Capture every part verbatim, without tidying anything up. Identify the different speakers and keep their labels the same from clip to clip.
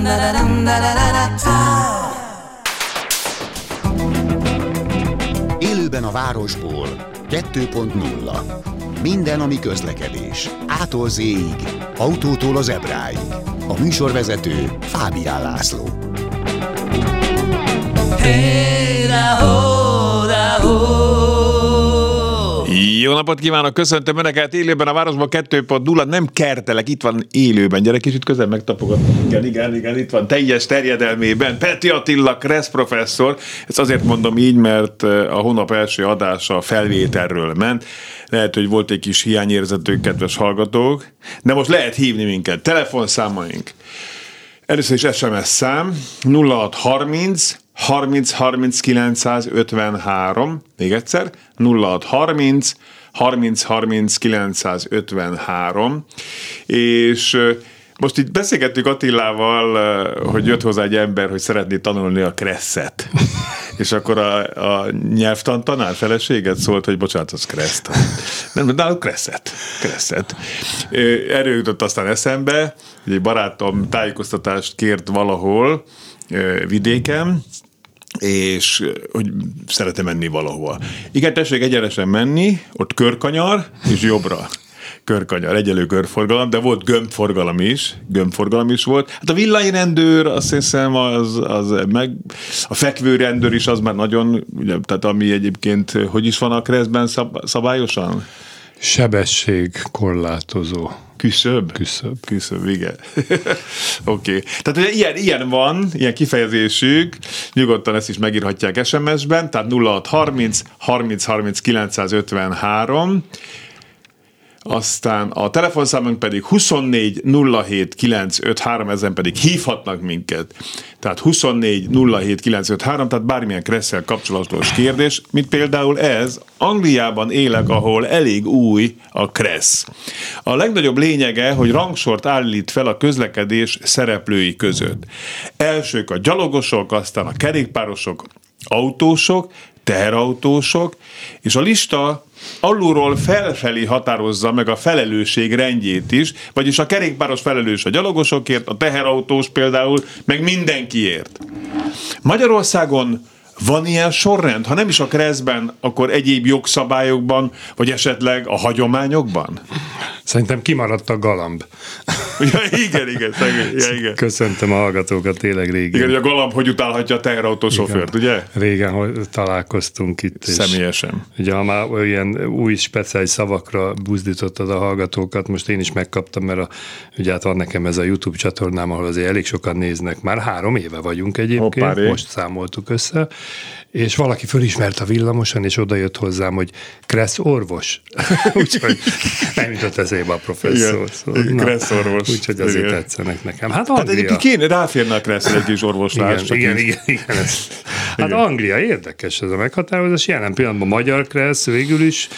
Speaker 1: Élőben a városból kettő pont nulla. Minden, ami közlekedés. Ától zéig, autótól az ebráig. A műsorvezető Fábián László. Hey, da, ho, da, ho.
Speaker 2: Jó napot kívánok, köszöntöm Önöket élőben a városban kettő pont nulla, nem kertelek, itt van élőben, gyere kicsit közel megtapogat. Igen, igen, igen, itt van teljes terjedelmében Peti Attila, Kressz professzor. Ezt azért mondom így, mert a hónap első adása felvételről ment. Lehet, hogy volt egy kis hiányérzetük, kedves hallgatók, de most lehet hívni minket. Telefonszámaink. Először is es em es szám nulla hat harminc harminc harminc kilencszázötvenhárom, még egyszer, nulla hat harminc harminc harminc kilencszázötvenhárom, és most itt beszélgettük Attilával, hogy jött hozzá egy ember, hogy szeretné tanulni a Kresszet. És akkor a, a nyelvtan tanár feleséget szólt, hogy bocsánat, az Kreszt. Nem, de Kresszet. Kresszet. Erről jutott aztán eszembe, hogy egy barátom tájékoztatást kért valahol vidéken, és hogy szeretne menni valahova. Igen, tessék egyenesen menni, ott körkanyar, és jobbra. Körkanyar, egyelő körforgalom, de volt gömbforgalom is, gömbforgalom is volt. Hát a villanyrendőr, azt hiszem, az, az meg, a fekvőrendőr is az már nagyon, ugye, tehát ami egyébként, hogy is van a Kresszben szab, szabályosan?
Speaker 3: Sebességkorlátozó.
Speaker 2: Küszöb?
Speaker 3: Küszöb.
Speaker 2: Küszöb, igen. Oké. Okay. Tehát ugye ilyen, ilyen van, ilyen kifejezésük, nyugodtan ezt is megírhatják es em es-ben, tehát nulla hat harminc harminc harminc kilencszázötvenhárom, aztán a telefonszámunk pedig huszonnégy nulla hét kilencszázötvenhárom, ezen pedig hívhatnak minket. Tehát huszonnégy nulla hét kilencszázötvenhárom, tehát bármilyen Kresszel kapcsolatos kérdés, mint például ez, Angliában élek, ahol elég új a Kressz. A legnagyobb lényege, hogy rangsort állít fel a közlekedés szereplői között. Elsők a gyalogosok, aztán a kerékpárosok, autósok, teherautósok, és a lista alulról felfelé határozza meg a felelősség rendjét is, vagyis a kerékpáros felelős a gyalogosokért, a teherautós például, meg mindenkiért. Magyarországon van ilyen sorrend? Ha nem is a Kresszben, akkor egyéb jogszabályokban, vagy esetleg a hagyományokban?
Speaker 3: Szerintem kimaradt a galamb.
Speaker 2: Ja, igen, igen, szegény, ja, igen.
Speaker 3: Köszöntem a hallgatókat, tényleg régen.
Speaker 2: Igen, hogy a galamb hogy utálhatja a teherautós-sofőrt, ugye?
Speaker 3: Régen hogy találkoztunk itt.
Speaker 2: Személyesen.
Speaker 3: Ugye, ha már olyan új speciális szavakra buzdítottad a hallgatókat, most én is megkaptam, mert a, ugye hát van nekem ez a YouTube csatornám, ahol azért elég sokan néznek. Már három éve vagyunk egyébként, Hoppá, most számoltuk össze, és valaki fölismert a villamoson, és oda jött hozzám, hogy Kressz orvos. Úgyhogy nem jutott eszébe a professzor. Szóval,
Speaker 2: Kressz orvos.
Speaker 3: Úgyhogy azért igen. Tetszenek nekem. Hát
Speaker 2: Anglia. Hát egyébként kéne, ráférne a Kresszre egy kis orvoslás.
Speaker 3: Igen, igen, igen, igen, igen. Hát igen. Anglia érdekes ez a meghatározás. Jelen pillanatban magyar Kressz végül is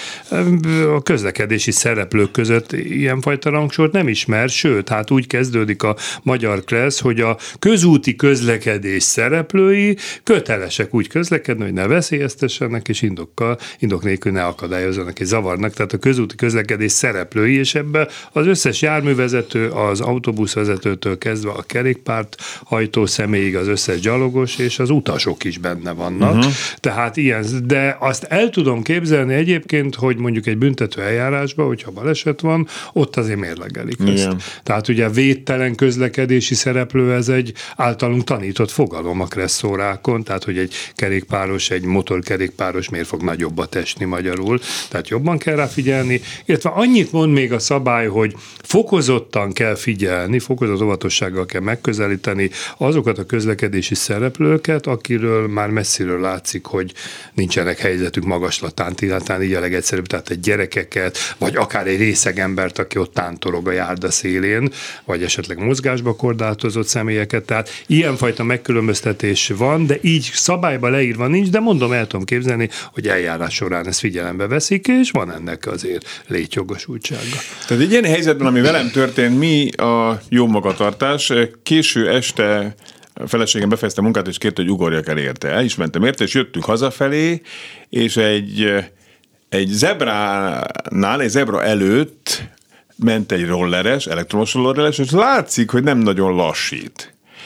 Speaker 3: a közlekedési szereplők között ilyenfajta rangsort nem ismer, sőt, hát úgy kezdődik a magyar Kressz, hogy a közúti közlekedés szereplői kötelesek úgy közlekedni, hogy ne veszélyeztessenek, és indokkal, indok nélkül ne akadályozzanak és zavarnak. Tehát a közúti közlekedés szereplői, és ebben az összes járművezető, az autóbuszvezetőtől kezdve a kerékpárt hajtó személyig az összes gyalogos, és az utasok is benne vannak. Uh-huh. Tehát ilyen, de azt el tudom képzelni egyébként, hogy mondjuk egy büntető eljárásban, hogyha baleset van, ott azért mérlegelik ezt. Tehát ugye védtelen közlekedési szereplő, ez egy általunk tanított fogalom a kresszórákon, tehát hogy egy kerékpáros, egy motorkerékpáros miért fog nagyobbat esni magyarul, tehát jobban kell rá figyelni, illetve annyit mond még a szabály, hogy fokozottan kell figyelni, fokozott óvatossággal kell megközelíteni azokat a közlekedési szereplőket, akiről már messziről látszik, hogy nincsenek helyzetük magaslatán, illetve így a legegyszerűbb, tehát egy gyerekeket, vagy akár egy részeg embert, aki ott tántorog a járda szélén, vagy esetleg mozgásba korlátozott személyeket, tehát ilyenfajta megkülönböztetés van, de így szabályba leírva nincs, de mondom, el tudom képzelni, hogy eljárás során ezt figyelembe veszik, és van ennek azért létjogosultsága.
Speaker 2: Tehát egy ilyen helyzetben, ami velem történt, mi a jó magatartás? Késő este a feleségem befejezte a munkát, és kérte, hogy ugorjak el érte. El is mentem érte, és jöttünk hazafelé, és egy, egy zebránál, egy zebra előtt ment egy rolleres, elektromos rolleres, és látszik, hogy nem nagyon lassít.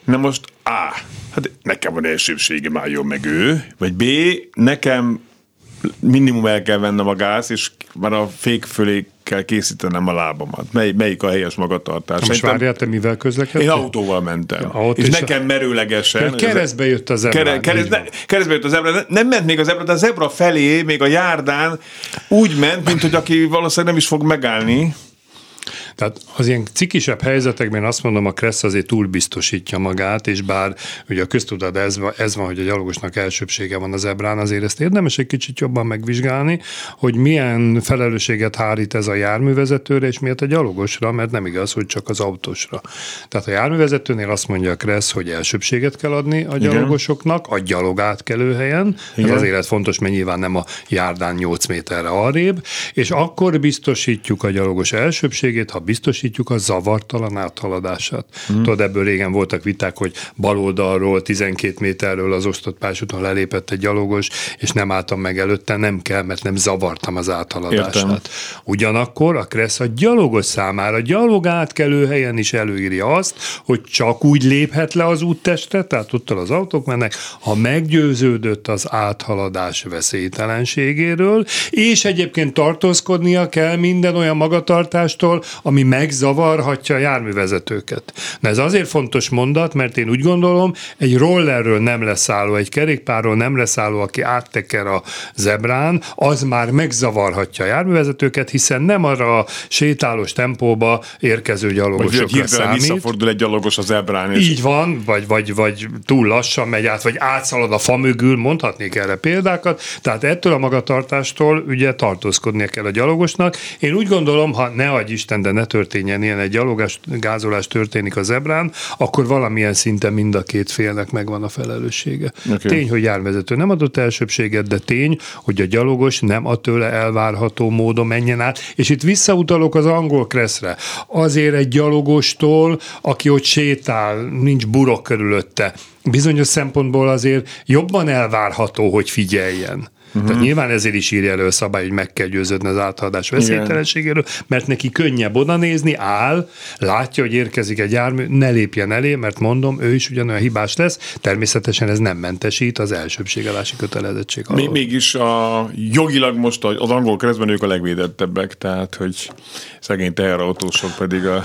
Speaker 2: Na most A, hát nekem van elsőbségem, álljon meg ő, vagy B, nekem minimum el kell vennem a gáz, és már a fék fölé kell készítenem a lábamat. Mely, melyik a helyes magatartás?
Speaker 3: Most várjál, te mivel közlekedtél?
Speaker 2: Én autóval mentem. Ja, és nekem a... merőlegesen...
Speaker 3: Keresztbe jött a zebra. Kere,
Speaker 2: kereszt, ne, keresztbe jött a zebra. Nem ment még a zebra, de a zebra felé, még a járdán úgy ment, mint hogy aki valószínűleg nem is fog megállni.
Speaker 3: Tehát az ilyen cikisebb helyzetekben azt mondom, a Kressz azért túl biztosítja magát, és bár ugye a köztudat ez, ez van, hogy a gyalogosnak elsőbsége van a zebrán, azért ezt érdemes egy kicsit jobban megvizsgálni, hogy milyen felelősséget hárít ez a járművezetőre, és miért a gyalogosra, mert nem igaz, hogy csak az autósra. Tehát a járművezetőnél azt mondja a Kressz, hogy elsőbséget kell adni a gyalogosoknak, a gyalogátkelő helyen, ez azért lett fontos, mert nyilván nem a járdán nyolc méterre arrébb, és akkor biztosítjuk a gyalogos elsőbségét, ha biztosítjuk a zavartalan áthaladását. Mm. Tudod, ebből régen voltak viták, hogy baloldalról, tizenkét méterről az osztott pályásúton lelépett egy gyalogos, és nem álltam meg előtte, nem kell, mert nem zavartam az áthaladását. Értem. Ugyanakkor a Kressz a gyalogos számára gyalog átkelő helyen is előírja azt, hogy csak úgy léphet le az úttestre, tehát ott az autók mennek, ha meggyőződött az áthaladás veszélytelenségéről, és egyébként tartózkodnia kell minden olyan magatartástól, ami megzavarhatja a járművezetőket. Na ez azért fontos mondat, mert én úgy gondolom, egy rollerről nem leszálló, egy kerékpárról nem leszálló, aki átteker a zebrán, az már megzavarhatja a járművezetőket, hiszen nem arra a sétálós tempóba érkező gyalogosokra számít.
Speaker 2: Visszafordul egy gyalogos a zebrán. És...
Speaker 3: Így van, vagy, vagy, vagy túl lassan megy át, vagy átszalad a fa mögül, mondhatnék erre példákat, tehát ettől a magatartástól ugye tartózkodnia kell a gyalogosnak. Én úgy gondolom, ha ne adj Isten, de ne történjen ilyen, egy gyalogás, gázolás történik a zebrán, akkor valamilyen szinten mind a két félnek megvan a felelőssége. Okay. Tény, hogy járművezető nem adott elsőbséget, de tény, hogy a gyalogos nem a tőle elvárható módon menjen át, és itt visszautalok az angol Kresszre. Azért egy gyalogostól, aki ott sétál, nincs burok körülötte, bizonyos szempontból azért jobban elvárható, hogy figyeljen. Uh-huh. Tehát nyilván ezért is írja elő a szabály, hogy meg kell győződni az áthaladás veszélytelenségéről, mert neki könnyebb oda nézni, áll, látja, hogy érkezik egy jármű, ne lépjen elé, mert mondom, ő is ugyanolyan hibás lesz, természetesen ez nem mentesít az elsőbségelási kötelezettség alól.
Speaker 2: Mégis a jogilag most az angol Kresszben ők a legvédettebbek, tehát hogy szegény teherautósok pedig a,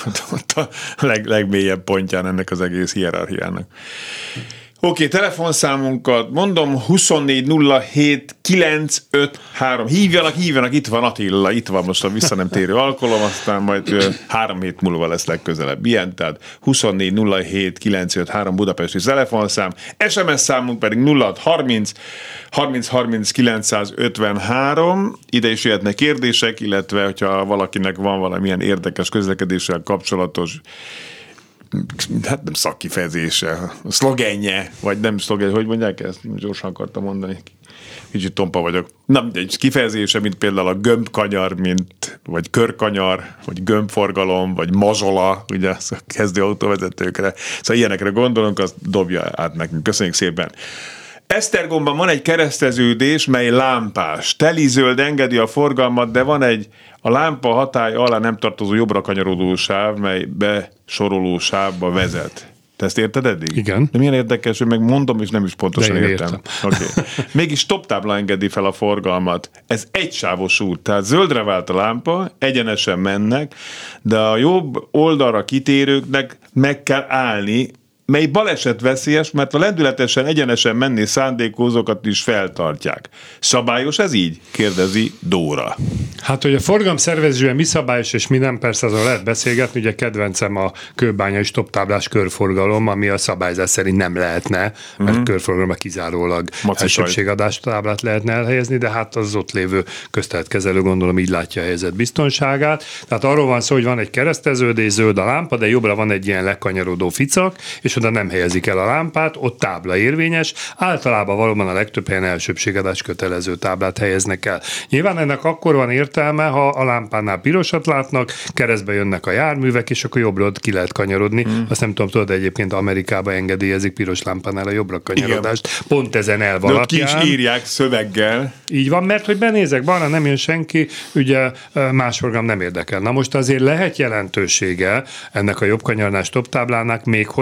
Speaker 2: a leg, legmélyebb pontján ennek az egész hierarchiának. Oké, okay, telefonszámunkat mondom, huszonnégy nulla hét kilenc öt három. Hívjanak, hívjanak, itt van Attila, itt van most a vissza nem térő alkalom, aztán majd ö, három hét múlva lesz legközelebb ilyen, tehát huszonnégy nulla hét kilenc öt három budapesti telefonszám, es em es számunk pedig nulla hat harminc harminc harminc kilencszázötvenhárom, ide is jöhetnek kérdések, illetve hogyha valakinek van valamilyen érdekes közlekedéssel kapcsolatos hát nem szakkifejezése, szlogenje, vagy nem szlogenje, hogy mondják ezt? Gyorsan akartam mondani. Kicsit tompa vagyok. Na, egy kifejezése, mint például a gömbkanyar, mint, vagy körkanyar, vagy gömbforgalom, vagy mazsola, ugye a kezdő autóvezetőkre. Szóval ilyenekre gondolunk, azt dobja át nekünk. Köszönjük szépen. Esztergomban van egy kereszteződés, mely lámpás. Telizöld engedi a forgalmat, de van egy a lámpa hatály alá nem tartozó jobbra kanyarodó sáv, mely besoroló sávba vezet. Te ezt érted eddig?
Speaker 3: Igen.
Speaker 2: De milyen érdekes, hogy megmondom, és nem is pontosan értem. értem. Okay. Mégis stoptábla engedi fel a forgalmat. Ez egysávos út, tehát zöldre vált a lámpa, egyenesen mennek, de a jobb oldalra kitérőknek meg kell állni, mely baleset veszélyes, mert a lendületesen egyenesen menni szándékozókat is feltartják. Szabályos ez így? Kérdezi Dóra.
Speaker 3: Hát, hogy a forgalomszervezésben mi szabályos és mi nem, persze azon lehet beszélgetni, ugye kedvencem a kőbányai stoptáblás körforgalom, ami a szabályzás szerint nem lehetne, mert mm-hmm. körforgalomban kizárólag elsőbségadás táblát lehetne elhelyezni, de hát az ott lévő közteletkezelő gondolom így látja a helyzet biztonságát. Tehát arról van szó, hogy van egy kereszteződés, zöld a lámpa, de jobbra van egy ilyen lekanyarodó ficak, és oda nem helyezik el a lámpát, ott tábla érvényes, általában valóban a legtöbb helyen elsőbségadás kötelező táblát helyeznek el. Nyilván ennek akkor van értelme, ha a lámpánál pirosat látnak, keresztbe jönnek a járművek, és akkor jobbra ki lehet kanyarodni. Hmm. Azt nem tudom, tudod, egyébként Amerikában engedélyezik piros lámpánál a jobbra kanyarodást. Igen. Pont ezen elv alapján.
Speaker 2: De ki is írják szöveggel.
Speaker 3: Így van, mert hogy benézek, balra nem jön senki, ugye más forgalom nem érdekel. Na most azért lehet jelentősége ennek a jobb kanyarnás stoptáblának még hozzá,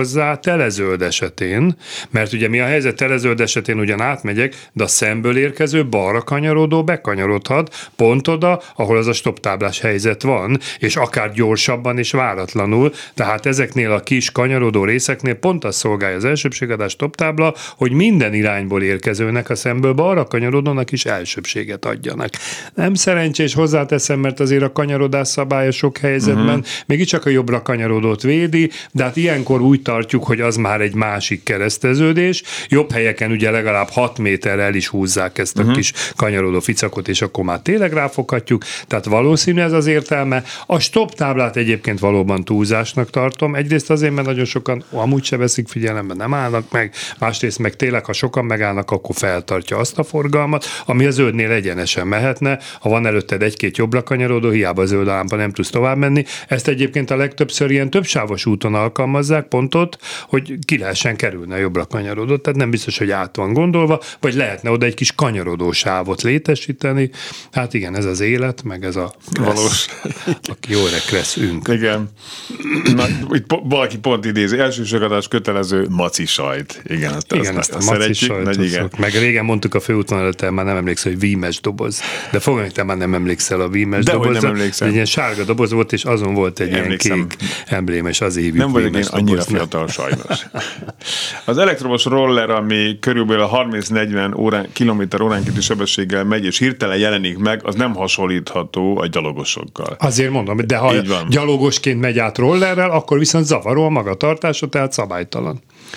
Speaker 3: telezöld esetén, mert ugye mi a helyzet telezöld esetén ugyan átmegyek, de a szemből érkező balra kanyarodó bekanyarodhat pont oda, ahol az a stopptáblás helyzet van, és akár gyorsabban és váratlanul, tehát ezeknél a kis kanyarodó részeknél pont az szolgálja az elsőbségadás stopptábla, hogy minden irányból érkezőnek a szemből balra kanyarodónak is elsőbséget adjanak. Nem szerencsés, hozzáteszem, mert azért a kanyarodás szabálya sok helyzetben uh-huh. mégiscsak a jobbra kanyarodót védi, de hát ilyenkor úgy tartjuk, hogy az már egy másik kereszteződés. Jobb helyeken ugye legalább hat méterre el is húzzák ezt a uh-huh. kis kanyarodó ficakot, és akkor már tényleg ráfoghatjuk. Tehát valószínű ez az értelme. A stopptáblát egyébként valóban túlzásnak tartom. Egyrészt azért, mert nagyon sokan amúgy se veszik figyelembe, nem állnak meg. Másrészt meg tényleg, ha sokan megállnak, akkor feltartja azt a forgalmat, ami a zöldnél egyenesen mehetne. Ha van előtted egy-két jobbra kanyarodó, hiába a zöld lámpa, nem tudsz tovább menni. Ezt egyébként a legtöbbször ilyen többsávos úton alkalmazzák pontot, hogy ki lehessen kerülni a jobbra kanyarodót. Tehát nem biztos, hogy át van gondolva, vagy lehetne oda egy kis kanyarodó sávot létesíteni. Hát igen, ez az élet, meg ez a
Speaker 2: valós.
Speaker 3: Aki jól rekreszünk.
Speaker 2: Igen. Na, itt po- valaki pont idézi, elsősorgadás kötelező maci sajt. Igen, azt,
Speaker 3: igen,
Speaker 2: azt,
Speaker 3: azt a maci sajt. Meg régen mondtuk a főútvonal előtt, már nem emlékszel, hogy vímes doboz. De fogalmi, te már nem emlékszel a vímes
Speaker 2: de
Speaker 3: dobozra.
Speaker 2: Nem emlékszem.
Speaker 3: Egy ilyen sárga doboz volt, és azon volt egy emlékszem. Ilyen kék emblém, és azért hívjuk
Speaker 2: nem vagyok én annyira fiatal, sajnos. Az elektromos roller, ami körülbelül a harminc-negyven órán, kilométer óránkénti sebességgel megy, és hirtelen jelenik meg, az nem hasonlítható a gyalogosokkal.
Speaker 3: Azért mondom, de ha gyalogosként megy át rollerrel, akkor viszont zavaró a magatartása, tehát szabálytalan.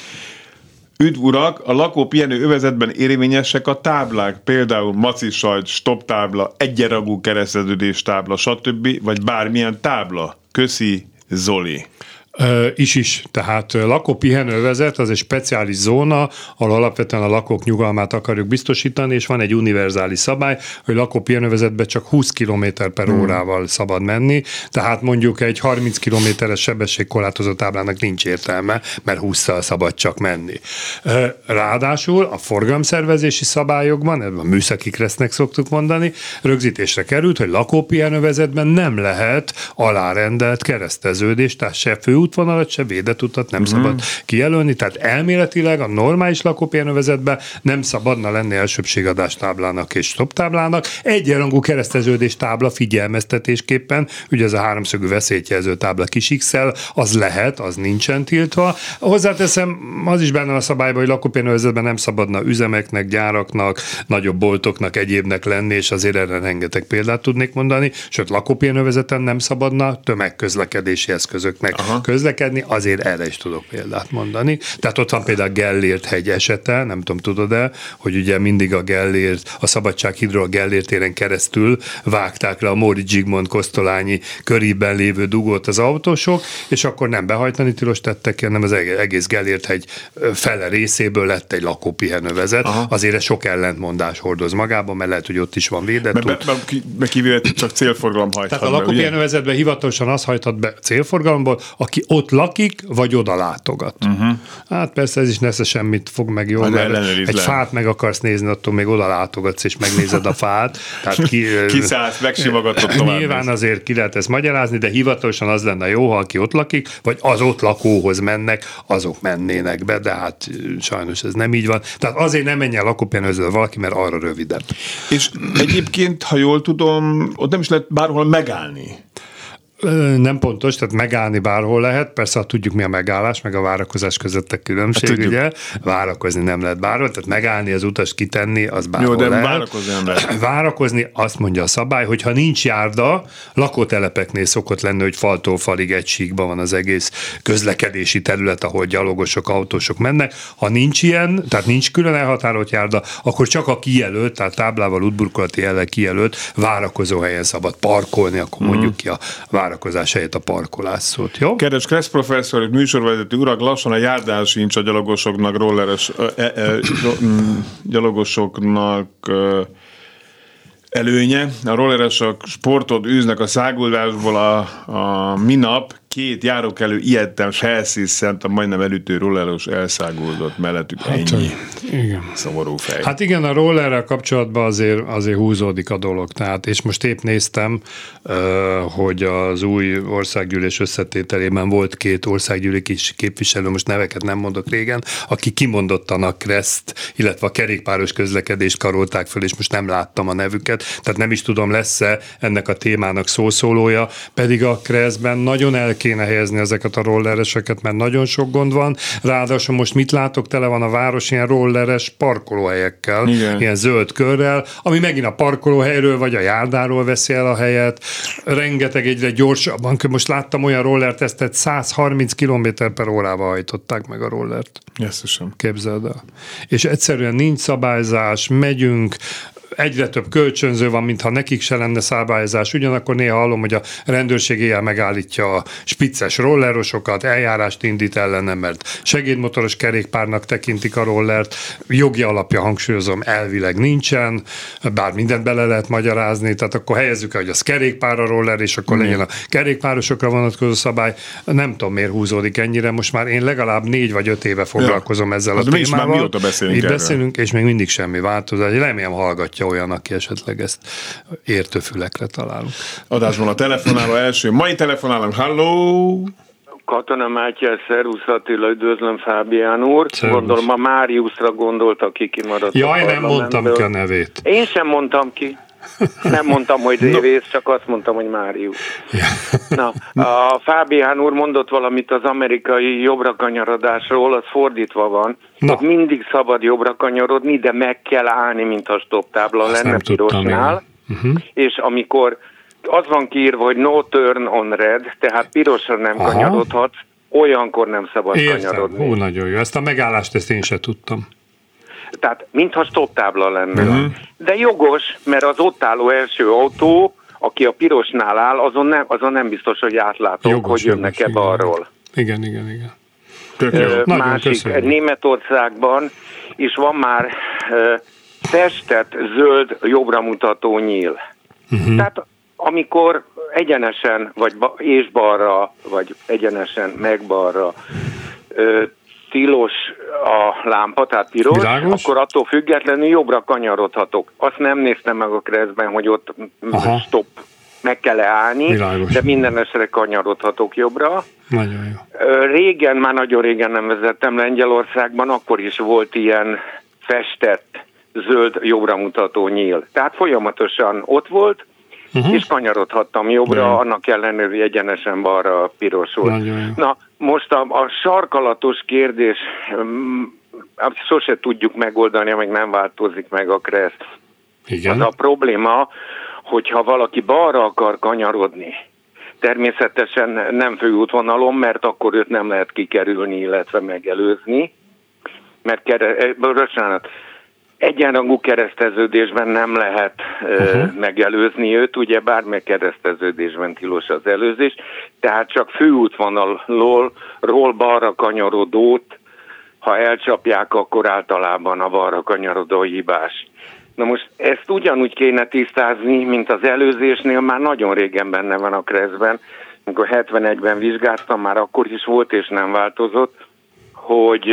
Speaker 2: Üdv urak, a lakópihenő övezetben érvényesek a táblák, például maci sajt, stop tábla, egyenragú kereszteződés tábla, stb. Vagy bármilyen tábla. Köszi, Zoli.
Speaker 3: Ö, is is, tehát lakópihenővezet az egy speciális zóna, ahol alapvetően a lakók nyugalmát akarjuk biztosítani, és van egy univerzális szabály, hogy lakópihenővezetben csak húsz kilométer per hmm. órával szabad menni, tehát mondjuk egy harminc kilométeres sebességkorlátozó táblának nincs értelme, mert hússzal szabad csak menni. Ö, ráadásul a forgalomszervezési szabályokban, ebben a műszaki kressznek szoktuk mondani, rögzítésre került, hogy lakópihenővezetben nem lehet alárendelt kereszteződés, tehát se fő útvonalat, se védett utat nem mm. szabad kijelölni, tehát elméletileg a normális lakópihenővezetben nem szabadna lenni elsőbségadás táblának és stop táblának. Egyenrangú kereszteződés tábla figyelmeztetésképpen, ugye ez a háromszögű veszélyjelző tábla kis X-el, az lehet, az nincsen tiltva. Hozzáteszem, az is benne a szabályban, hogy lakópihenővezetben nem szabadna üzemeknek, gyáraknak, nagyobb boltoknak, egyébnek lenni, és azért erre rengeteg példát tudnék mondani, sőt lakópihenővezeten nem szabadna tömegközlekedési eszközöknek Aha. közlekedni, azért erre is tudok példát mondani. Tehát ott van például a Gellért hegy esete, nem tudom, tudod-e, hogy ugye mindig a Gellért, a Szabadsághídról a Gellért téren keresztül vágták le a Móricz Zsigmond Kosztolányi körében lévő dugót az autósok, és akkor nem behajtani tilos tettek, hanem az egész Gellért hegy fele részéből lett egy lakópihenővezet. Aha. Azért ez sok ellentmondás hordoz magában, mert lehet, hogy ott is van védett út.
Speaker 2: Meg kivéve csak célforgalom hajthat.
Speaker 3: Tehát a lakópihenővezetben hivatalosan az hajthat be célforgalomból, aki ott lakik, vagy oda látogat. Uh-huh. Hát persze ez is nesze semmit fog meg jól, mert egy fát meg akarsz nézni, attól még oda látogatsz, és megnézed a fát. Tehát ki,
Speaker 2: kiszállsz, megsimogatott tovább.
Speaker 3: Nyilván azért ki lehet ezt magyarázni, de hivatalosan az lenne jó, ha aki ott lakik, vagy az ott lakóhoz mennek, azok mennének be, de hát sajnos ez nem így van. Tehát azért nem menjen lakópihenővezetbe valaki, mert arra rövidebb.
Speaker 2: És egyébként, ha jól tudom, ott nem is lehet bárhol megállni.
Speaker 3: Nem pontos, tehát megállni bárhol lehet, persze ha tudjuk mi a megállás, meg a várakozás között a különbség, hát, ugye, várakozni nem lehet bárhol, tehát megállni, az utas kitenni, az bárhol
Speaker 2: Jó, de
Speaker 3: lehet.
Speaker 2: várakozni nem lehet.
Speaker 3: Várakozni, azt mondja a szabály, hogy ha nincs járda, lakótelepeknél szokott lenni, hogy faltól falig egy síkban van az egész közlekedési terület, ahol gyalogosok, autósok mennek. Ha nincs ilyen, tehát nincs külön elhatárolt járda, akkor csak a kijelölt, tehát táblával, útburkolati jellel kijelölt várakozó helyen szabad parkolni, akkor mm. mondjuk ki a várakozás helyett a parkolás szót, jó?
Speaker 2: Kedves Kressz professzor és műsorvezető urak, lassan a járdán sincs a gyalogosoknak, rolleres e, e, gyalogosoknak e, előnye. A rolleresek sportot űznek a száguldásból a, a minap Két járókelő ijedtem, felszíszent, a majdnem elütő rolleros elszágódott mellettük.
Speaker 3: Hát,
Speaker 2: ennyi.
Speaker 3: Igen.
Speaker 2: Szomorú fej.
Speaker 3: Hát igen, a rollerrel kapcsolatban azért, azért húzódik a dolog. Tehát, és most épp néztem, hogy az új országgyűlés összetételében volt két országgyűlési képviselő, most neveket nem mondok régen, aki kimondottan a Kreszt, illetve a kerékpáros közlekedést karolták föl, és most nem láttam a nevüket, tehát nem is tudom, lesz-e ennek a témának szószólója, pedig a Kreszben nagyon el kéne helyezni ezeket a rollereseket, mert nagyon sok gond van. Ráadásul most mit látok, tele van a város ilyen rolleres parkolóhelyekkel, igen. Ilyen zöld körrel, ami megint a parkolóhelyről vagy a járdáról veszi el a helyet. Rengeteg egyre gyorsabban, most láttam olyan rollertesztet, száz harminc kilométer per órával hajtották meg a rollert.
Speaker 2: Jesszusom.
Speaker 3: Képzeld el. És egyszerűen nincs szabályzás, megyünk, egyre több kölcsönző van, mintha nekik se lenne szabályozás. Ugyanakkor néha hallom, hogy a rendőrség éjjel megállítja a spicces rollerosokat, eljárást indít ellenem, mert segédmotoros kerékpárnak tekintik a rollert. Jogi alapja, hangsúlyozom, elvileg nincsen, bár mindent bele lehet magyarázni, tehát akkor helyezzük el, hogy az kerékpár a roller, és akkor legyen a kerékpárosokra vonatkozó szabály. Nem tudom, miért húzódik ennyire, most már én legalább négy vagy öt éve foglalkozom ja. ezzel a témával.
Speaker 2: Mi is már mióta beszélünk erről?
Speaker 3: Beszélünk, és még mindig semmi változás. Remélem hallgatja olyan, aki esetleg ezt értő fülekre találunk.
Speaker 2: Adásban a telefonáló első. Mai telefonálunk. Halló!
Speaker 4: Katona Mátyás, szervusz Attila, üdvözlöm Fábián úr.
Speaker 3: Szervusz.
Speaker 4: Gondolom a Máriuszra gondolt, aki kimaradt.
Speaker 3: Jaj, nem mondtam ki a nevét.
Speaker 4: Én sem mondtam ki. Nem mondtam, hogy Révész, csak azt mondtam, hogy Máriusz.
Speaker 3: Ja.
Speaker 4: Na, a Fábián úr mondott valamit az amerikai jobbra kanyarodásról, az fordítva van. Ott mindig szabad jobbra kanyarodni, de meg kell állni, mint a stop tábla lenne pirosnál. Uh-huh. És amikor az van kiírva, hogy no turn on red, tehát pirosra nem Aha. kanyarodhatsz, olyankor nem szabad
Speaker 3: Értem.
Speaker 4: kanyarodni.
Speaker 3: Hú, nagyon jó. Ezt a megállást ezt én sem tudtam.
Speaker 4: Tehát mintha stop tábla lenne.
Speaker 3: Uh-huh.
Speaker 4: De jogos, mert az ott álló első autó, aki a pirosnál áll, azon nem, azon nem biztos, hogy átlátok, jogos, hogy jönnek-e balról.
Speaker 3: Igen, igen, igen.
Speaker 4: Ö, másik, köszönöm. Németországban is van már ö, festett zöld jobbra mutató nyíl. Uh-huh. Tehát amikor egyenesen, vagy ba, és balra, vagy egyenesen meg balra ö, tilos a lámpa, tehát piros, Világos. Akkor attól függetlenül jobbra kanyarodhatok. Azt nem néztem meg a Kreszben, hogy ott Aha. stop, meg kell állni, Világos. De minden esetre kanyarodhatok jobbra.
Speaker 3: Nagyon jó.
Speaker 4: Régen, már nagyon régen nem vezettem Lengyelországban, akkor is volt ilyen festett zöld jobbra mutató nyíl. Tehát folyamatosan ott volt, uh-huh. és kanyarodhattam jobbra, Jaj. Annak ellenére, hogy egyenesen balra piros volt. Na, most a, a sarkalatos kérdés, azt sose tudjuk megoldani, amíg nem változik meg a Kressz.
Speaker 3: Igen.
Speaker 4: Az a probléma, hogyha valaki balra akar kanyarodni, természetesen nem főútvonalon, mert akkor őt nem lehet kikerülni, illetve megelőzni, mert kere, bocsánat, egyenrangú kereszteződésben nem lehet uh-huh. uh, megelőzni őt, ugye bármely kereszteződésben tilos az előzés, tehát csak főútvonalról ról balra kanyarodót, ha elcsapják, akkor általában a balra kanyarodó hibás. Na most ezt ugyanúgy kéne tisztázni, mint az előzésnél, már nagyon régen benne van a Kreszben, amikor hetvenegyben vizsgáztam, már akkor is volt és nem változott, hogy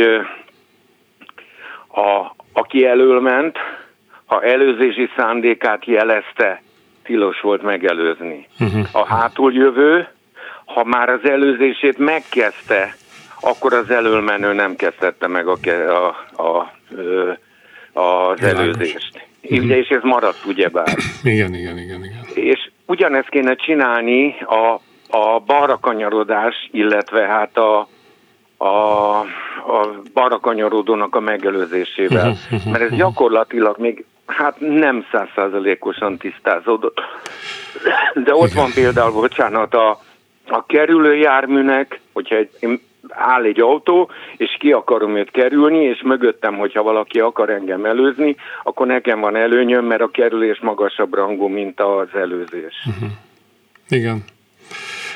Speaker 4: a aki elölment, ha előzési szándékát jelezte, tilos volt megelőzni. Uh-huh. A hátuljövő, ha már az előzését megkezdte, akkor az elölmenő nem kezdette meg a, a, a, a, az előzést. Uh-huh. És ez maradt ugyebár.
Speaker 3: Igen, igen, igen, igen.
Speaker 4: És ugyanezt kéne csinálni a, a balra kanyarodás, illetve hát a a, a balra kanyarodónak a megelőzésével. Uh-huh, uh-huh, mert ez gyakorlatilag még hát nem száz százalékosan tisztázódott. De ott van például, bocsánat, a, a kerülő járműnek, hogyha egy, áll egy autó, és ki akarom őt kerülni, és mögöttem, hogyha valaki akar engem előzni, akkor nekem van előnyöm, mert a kerülés magasabb rangú, mint az előzés.
Speaker 3: Uh-huh. Igen.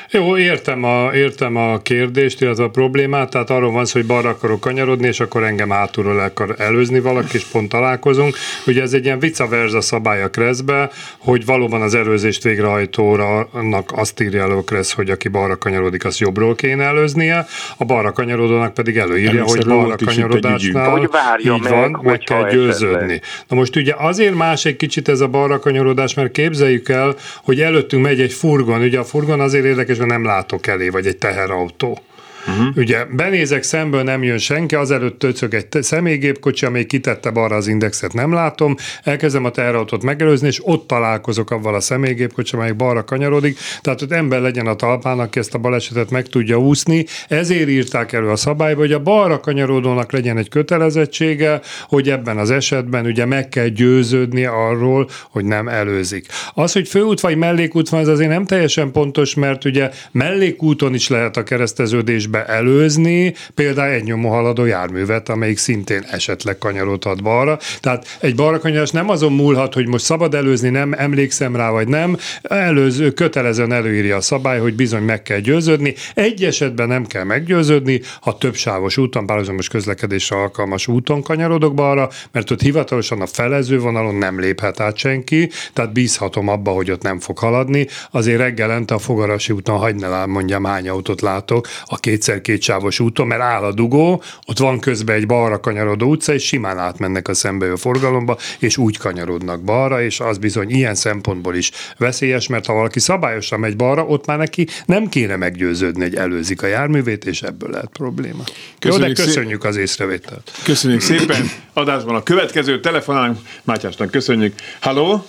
Speaker 3: Jó, értem a, értem a kérdést, illetve a problémát, tehát arról van szó, hogy balra akarok kanyarodni, és akkor engem hátulról akar előzni valaki, és pont találkozunk. Ugye ez egy ilyen vice versa szabály a Kresszbe, hogy valóban az előzést végrehajtóra annak azt írja elő a Kressz, hogy aki balra kanyarodik, az jobbról kéne előznie, a balra kanyarodónak pedig előírja, Először hogy balra kanyarodásnál így meg, van, meg kell győződni. Na most ugye azért más egy kicsit ez a balra kanyarodás, mert képzeljük el, hogy előttünk megy egy furgon, ugye a furgon azért érdekes, mert nem látok elé, vagy egy teherautó. Uh-huh. Ugye benézek szemből, nem jön senki, azelőtt töcög egy személygépkocsi, amely kitette balra az indexet, nem látom, elkezdem a teherautót megelőzni, és ott találkozok avval a személygépkocsi, amely balra kanyarodik, tehát ott ember legyen a talpán, aki ezt a balesetet meg tudja úszni, ezért írták elő a szabályba, hogy a balra kanyarodónak legyen egy kötelezettsége, hogy ebben az esetben ugye meg kell győződni arról, hogy nem előzik. Az, hogy főút vagy mellékút van, ez azért nem teljesen pontos, mert ugye mellékúton is lehet a kereszteződésbe előzni, például egy nyomó haladó járművet, amelyik szintén esetleg kanyarodhat balra. Tehát egy balra kanyarás nem azon múlhat, hogy most szabad előzni, nem emlékszem rá, vagy nem. Előző, kötelezően előírja a szabály, hogy bizony meg kell győződni. Egy esetben nem kell meggyőződni, ha többsávos úton, párhuzamos közlekedésre alkalmas úton kanyarodok balra, mert ott hivatalosan a felező vonalon nem léphet át senki, tehát bízhatom abba, hogy ott nem fog haladni. Azért reggelente a Fogarasi úton hagyd ne mondjam, hány autót látok a kétszer kétsávos úton, mert áll a dugó, ott van közben egy balra kanyarodó utca, és simán átmennek a szembejövő forgalomba, és úgy kanyarodnak balra, és az bizony ilyen szempontból is veszélyes, mert ha valaki szabályosan megy balra, ott már neki nem kéne meggyőződni, hogy előzik a járművét, és ebből lehet probléma. Köszönjük, Jó, de köszönjük szép... az észrevételt.
Speaker 2: Köszönjük szépen. Adásban a következő telefonálunk. Mátyásnak köszönjük. Halló?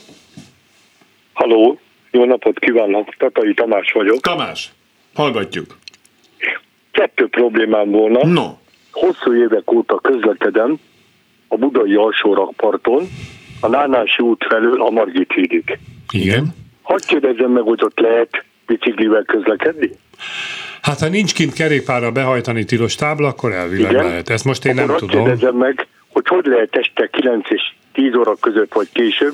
Speaker 5: Halló, jó napot kívánok, Takai Tamás vagyok.
Speaker 2: Tamás, hallgatjuk.
Speaker 5: Kettő problémám volna.
Speaker 2: No.
Speaker 5: Hosszú évek óta közlekedem a budai alsórakparton, a Nánási út felől a Margit hídig.
Speaker 2: Igen.
Speaker 5: Hadd kérdezzem meg, hogy ott lehet biciklivel közlekedni?
Speaker 3: Hát ha nincs kint kerékpárra behajtani tilos tábla, akkor elvileg
Speaker 5: Igen?
Speaker 3: lehet. Ezt most én
Speaker 5: akkor
Speaker 3: nem
Speaker 5: hadd
Speaker 3: tudom.
Speaker 5: kérdezzem meg, hogy hogy lehet este kilenc és tíz óra között vagy később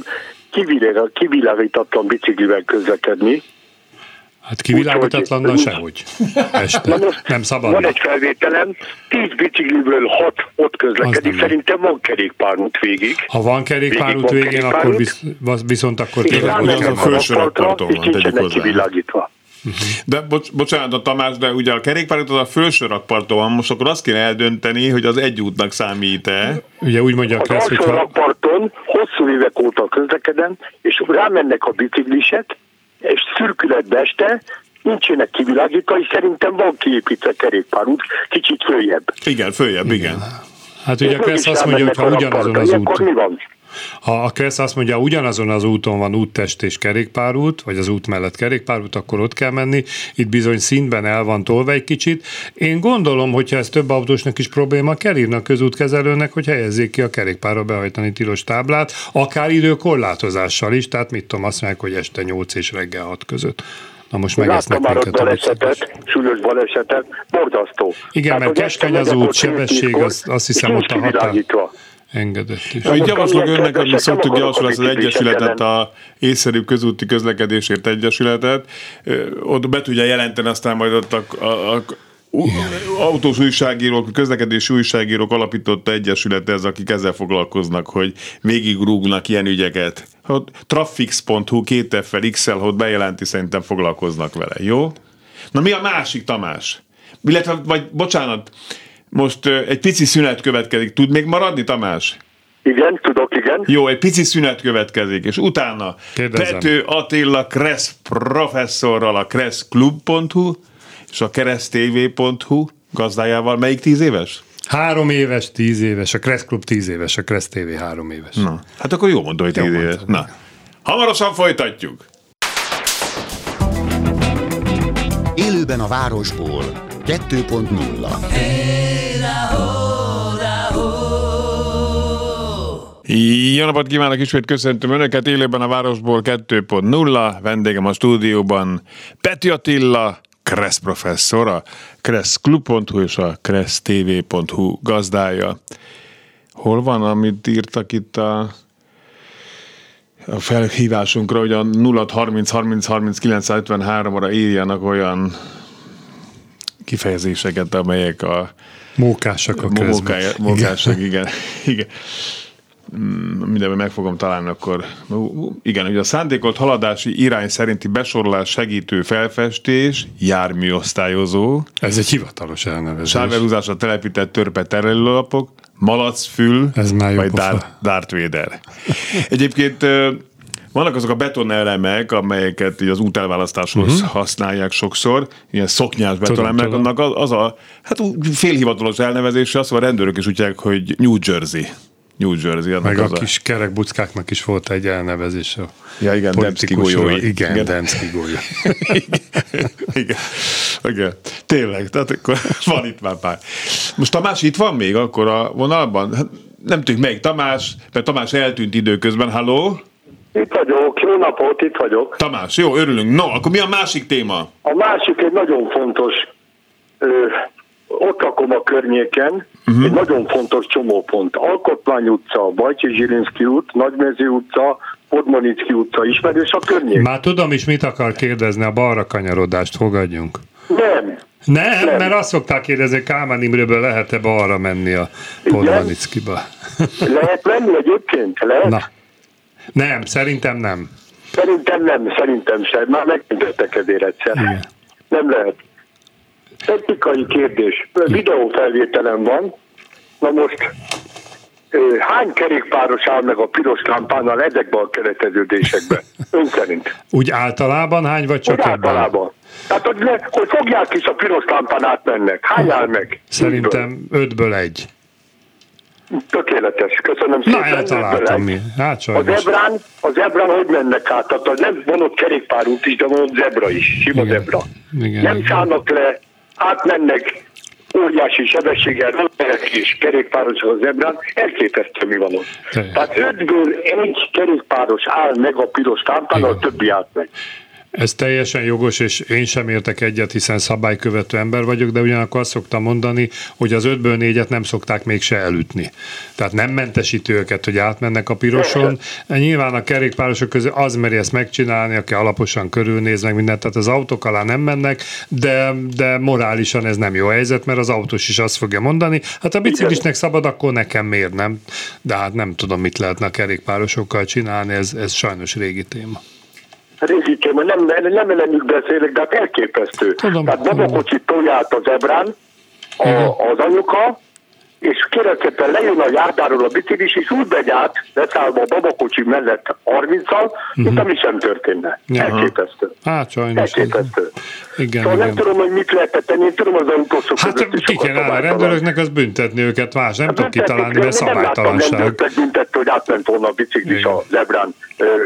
Speaker 5: kivilágítatlan biciklivel közlekedni.
Speaker 3: Hát kivilágítatlannal sehogy. Este. Nem szabad.
Speaker 5: Van egy felvételem, tíz bicikliből hat ott közlekedik, szerintem van kerékpárút végig.
Speaker 3: Ha van kerékpárút végig végén,
Speaker 5: kerékpárút,
Speaker 3: akkor visz, viszont akkor
Speaker 2: tényleg ugyan a felső rakparton van, tegyük hozzá.
Speaker 5: Kivilágítva.
Speaker 2: De bocs, bocsánat a Tamás, de ugye a kerékpárút az a felső rakparton van, most akkor azt kéne eldönteni, hogy az egy útnak számít-e.
Speaker 3: Ugye úgy mondja a
Speaker 5: Kressz,
Speaker 3: hogy...
Speaker 5: Az alsó rakparton hosszú évek óta közlekedem, és rámennek a biciklisek, és szürkületbe este nincsenek kivilágítva, és szerintem van kiépítve kerékpárút, kicsit följebb.
Speaker 2: Igen, följebb, igen. igen.
Speaker 3: Hát ugye a Kressz azt mondja, hogy ha ugyanazon az úton... Ha a Kressz azt mondja, ugyanazon az úton van úttest és kerékpárút, vagy az út mellett kerékpárút, akkor ott kell menni. Itt bizony színben el van tolva egy kicsit. Én gondolom, hogyha ez több autósnak is probléma, kell írni a közútkezelőnek, hogy helyezzék ki a kerékpárra behajtani tilos táblát, akár időkorlátozással is, tehát mit tudom, azt mondják, hogy este nyolc és reggel hat között. Na most megesznek
Speaker 5: minket a balesetet, súlyos balesetet, borzasztó.
Speaker 3: Igen, tehát, mert keskeny az út, sebesség, azt, azt hiszem ott a határ. Engedett is.
Speaker 2: Úgy javaslok önnek, hogy mi szoktuk javasolni az Egyesületet, a észszerű közúti közlekedésért egyesületet, ott be tudja jelenteni, aztán majd ott a, a, a autós újságírók, közlekedési újságírók alapította egyesület ez, akik ezzel foglalkoznak, hogy végigrúgnak ilyen ügyeket. Ott trafix pont hu két F-fel, X-el, hogy bejelenti, szerintem foglalkoznak vele, jó? Na mi a másik, Tamás? Illetve, vagy bocsánat, most egy pici szünet következik. Tud még maradni, Tamás?
Speaker 5: Igen, tudok, igen.
Speaker 2: Jó, egy pici szünet következik, és utána Kérdezem. Pető Attila Kressz professzorral a kresszklub pont hu és a keresztv pont hu gazdájával. Melyik tíz éves?
Speaker 3: Három éves, tíz éves, a Kresszklub tíz éves, a Kressz té vé három éves.
Speaker 2: Na, hát akkor jó mondom, hogy tíz jó éves. Na, hamarosan folytatjuk.
Speaker 1: Élőben a városból kettő pont nulla.
Speaker 2: Jó napot kívánok, ismét köszöntöm Önöket, élőben a városból kettő pont nulla, vendégem a stúdióban Pető Attila, Kressz professzor, a kresszklub pont hu és a keresztv pont hu gazdája. Hol van, amit írtak itt a... a felhívásunkra, hogy a nulla harminc harminc harminc kilencszázötvenháromra írjanak olyan kifejezéseket, amelyek a
Speaker 3: mókásak a közben.
Speaker 2: Mókásak, igen. igen. igen. Mindenben meg fogom találni akkor. Igen, hogy a szándékolt haladási irány szerinti besorolás segítő felfestés, járműosztályozó.
Speaker 3: Ez egy hivatalos elnevezés.
Speaker 2: Sávelhúzásra telepített törpe terelőlapok, malacfül, vagy Darth Vader. Egyébként vannak azok a betonelemek, amelyeket az útelválasztáshoz uh-huh. használják sokszor, ilyen szoknyás betonelemek, annak az, az a hát félhivatalos elnevezése, azt a rendőrök is úgy hogy New Jersey. New Jersey.
Speaker 3: Meg a
Speaker 2: a
Speaker 3: kis kerekbuckáknak is volt egy elnevezés.
Speaker 2: Ja, igen, Demszki golyói.
Speaker 3: Igen, igen. Demszki golyó.
Speaker 2: igen. igen. igen. Tényleg, tehát akkor van itt már pár. Most Tamás itt van még akkor a vonalban? Nem tudjuk melyik Tamás, mert Tamás eltűnt időközben. Halló?
Speaker 5: Itt vagyok, jó napot, itt vagyok.
Speaker 2: Tamás, jó, örülünk. No, akkor mi a másik téma?
Speaker 5: A másik egy nagyon fontos, ö, ott lakom a környéken, uh-huh. egy nagyon fontos csomópont. Alkotmány utca, Bajcsi Zsilinszky út, Nagymező utca, Podmanicki utca, ismerős a környék?
Speaker 3: Már tudom is, mit akar kérdezni, a balra kanyarodást fogadjunk.
Speaker 5: Nem.
Speaker 3: Nem, nem, mert azt szokták kérdezni, Kálmán Imréből lehet-e balra menni a Podmanickiba?
Speaker 5: Lehet menni egyébként? Lehet? Na.
Speaker 3: Nem, szerintem nem.
Speaker 5: Szerintem nem, szerintem sem. Már megtüntettek ezért egyszer. Igen. Nem lehet. Technikai kérdés. Videófelvételem van. Na most hány kerékpáros áll meg a piros lámpánál ezekben a kereteződésekben? Ön szerint.
Speaker 3: Úgy általában hány, vagy csak
Speaker 5: Úgy
Speaker 3: ebben?
Speaker 5: Általában. Tehát, hogy, le, hogy fogják is a piros lámpán átmennek. Hány áll meg?
Speaker 3: Szerintem ötből egy.
Speaker 5: Tökéletes, köszönöm
Speaker 3: szépen. Na, eltaláltam mi. Hát
Speaker 5: az zebrán, a zebrán hogy mennek át? Tehát nem van ott kerékpárút is, de van ott zebra is, sima igen. zebra. Igen, nem igen. szállnak le, átmennek óriási sebességgel, rögtönök és kerékpárosok a zebrán, elképesztő mi van ott. Te. Tehát ötből egy kerékpáros áll meg a piros lámpán, a többi átmegy.
Speaker 3: Ez teljesen jogos, és én sem értek egyet, hiszen szabálykövető ember vagyok, de ugyanakkor azt szoktam mondani, hogy az ötből négyet nem szokták mégse elütni. Tehát nem mentesíti őket, hogy átmennek a piroson. Nyilván a kerékpárosok közül az meri ezt megcsinálni, aki alaposan körülnéz meg mindent, tehát az autók alá nem mennek, de, de morálisan ez nem jó helyzet, mert az autós is azt fogja mondani, hát a biciklisnek szabad, akkor nekem miért nem? De hát nem tudom, mit lehetne a kerékpárosokkal csinálni, ez, ez sajnos régi téma.
Speaker 5: Régi téma, nem, nem ellenük beszélek, de hát elképesztő.
Speaker 3: Tudom,
Speaker 5: Tehát babakocsit tolja át a zebrán a, az anyuka, és kérlek lejön a járdáról a biciklis, és úgy megy át, leszállva a babakocsi mellett harminccal, uh-huh. mint ami sem történne. Jaha. Elképesztő.
Speaker 3: Hát sajnos.
Speaker 5: Elképesztő.
Speaker 3: Igen,
Speaker 5: szóval
Speaker 3: igen.
Speaker 5: nem tudom, hogy mit lehetett tenni, én tudom az autószok
Speaker 3: hát
Speaker 5: között is
Speaker 3: ki kell állni a rendőröknek, az büntetni őket, más nem hát tud kitalálni, mert szabálytalanság.
Speaker 5: Nem láttam büntetni, hogy átment volna a biciklis igen. a zebrán,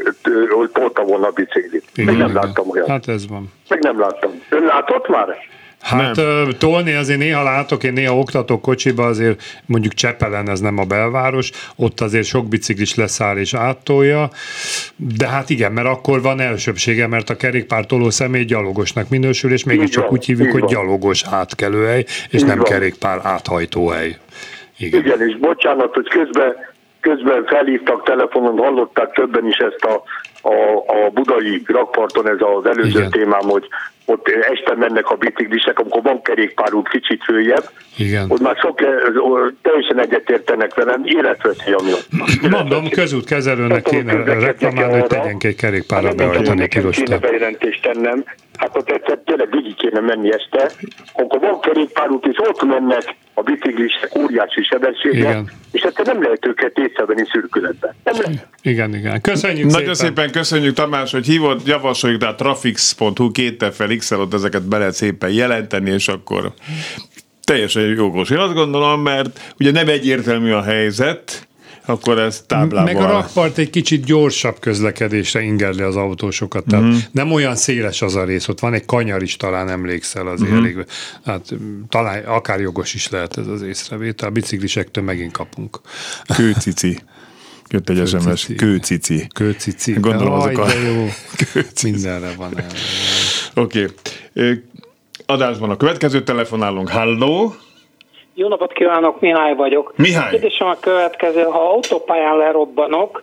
Speaker 5: hogy tolta volna a biciklit. Meg nem igen. láttam olyat.
Speaker 3: Hát ez van.
Speaker 5: Meg nem láttam. Ön látott már?
Speaker 3: Hát nem. tolni azért néha látok, én néha oktatok kocsiba, azért mondjuk Csepelen, ez nem a belváros, ott azért sok biciklis leszáll és áttolja, de hát igen, mert akkor van elsőbsége, mert a kerékpártoló személy gyalogosnak minősül, és mégiscsak úgy hívjuk, hogy gyalogos átkelőhely, és így nem van. Kerékpár áthajtóhely.
Speaker 5: Igen. igen, és bocsánat, hogy közben, közben felhívtak telefonon, hallották többen is ezt a, a, a budai rakparton, ez az előző igen. témám, hogy ott este mennek a biciklisek, amikor van kerékpárút kicsit följebb,
Speaker 3: igen.
Speaker 5: ott már sok, teljesen egyetértenek velem, életveszély, ami ott.
Speaker 3: Mondom, közútkezelőnek kéne reklamálni, hogy tegyen egy kerékpárra behajtani pirosra.
Speaker 5: Kéne bejelentést tennem, hát ott egyszer tényleg végig kéne menni este, amikor van kerékpárút, és ott mennek a biciklisek óriási sebességgel, és ezt nem lehet őket észrevenni szürkületben.
Speaker 3: Igen, igen. Köszönjük
Speaker 2: Nagyon
Speaker 3: szépen.
Speaker 2: szépen köszönjük, Tamás, hogy hívott, javasoljuk, tehát trafix pont hu két fel x el, ott ezeket be lehet szépen jelenteni, és akkor teljesen jogos. Én azt gondolom, mert ugye nem egyértelmű a helyzet, akkor ez táblával.
Speaker 3: Meg a rakpart egy kicsit gyorsabb közlekedésre ingerli az autósokat, tehát mm. nem olyan széles az a rész, ott van egy kanyar is, talán emlékszel azért mm. elég. Hát talán akár jogos is lehet ez az észrevétel, a biciklisektől megint kapunk.
Speaker 2: Kőcici. Jött egy es em es, kőcici.
Speaker 3: Kőcici.
Speaker 2: Gondolom azok a...
Speaker 3: jó. Mindenre van el.
Speaker 2: Oké. Okay. Adásban a következő telefonálunk. Halló!
Speaker 6: Jó napot kívánok, Mihály vagyok.
Speaker 2: Mihály!
Speaker 6: Kérdésem a következő, ha autópályán lerobbanok,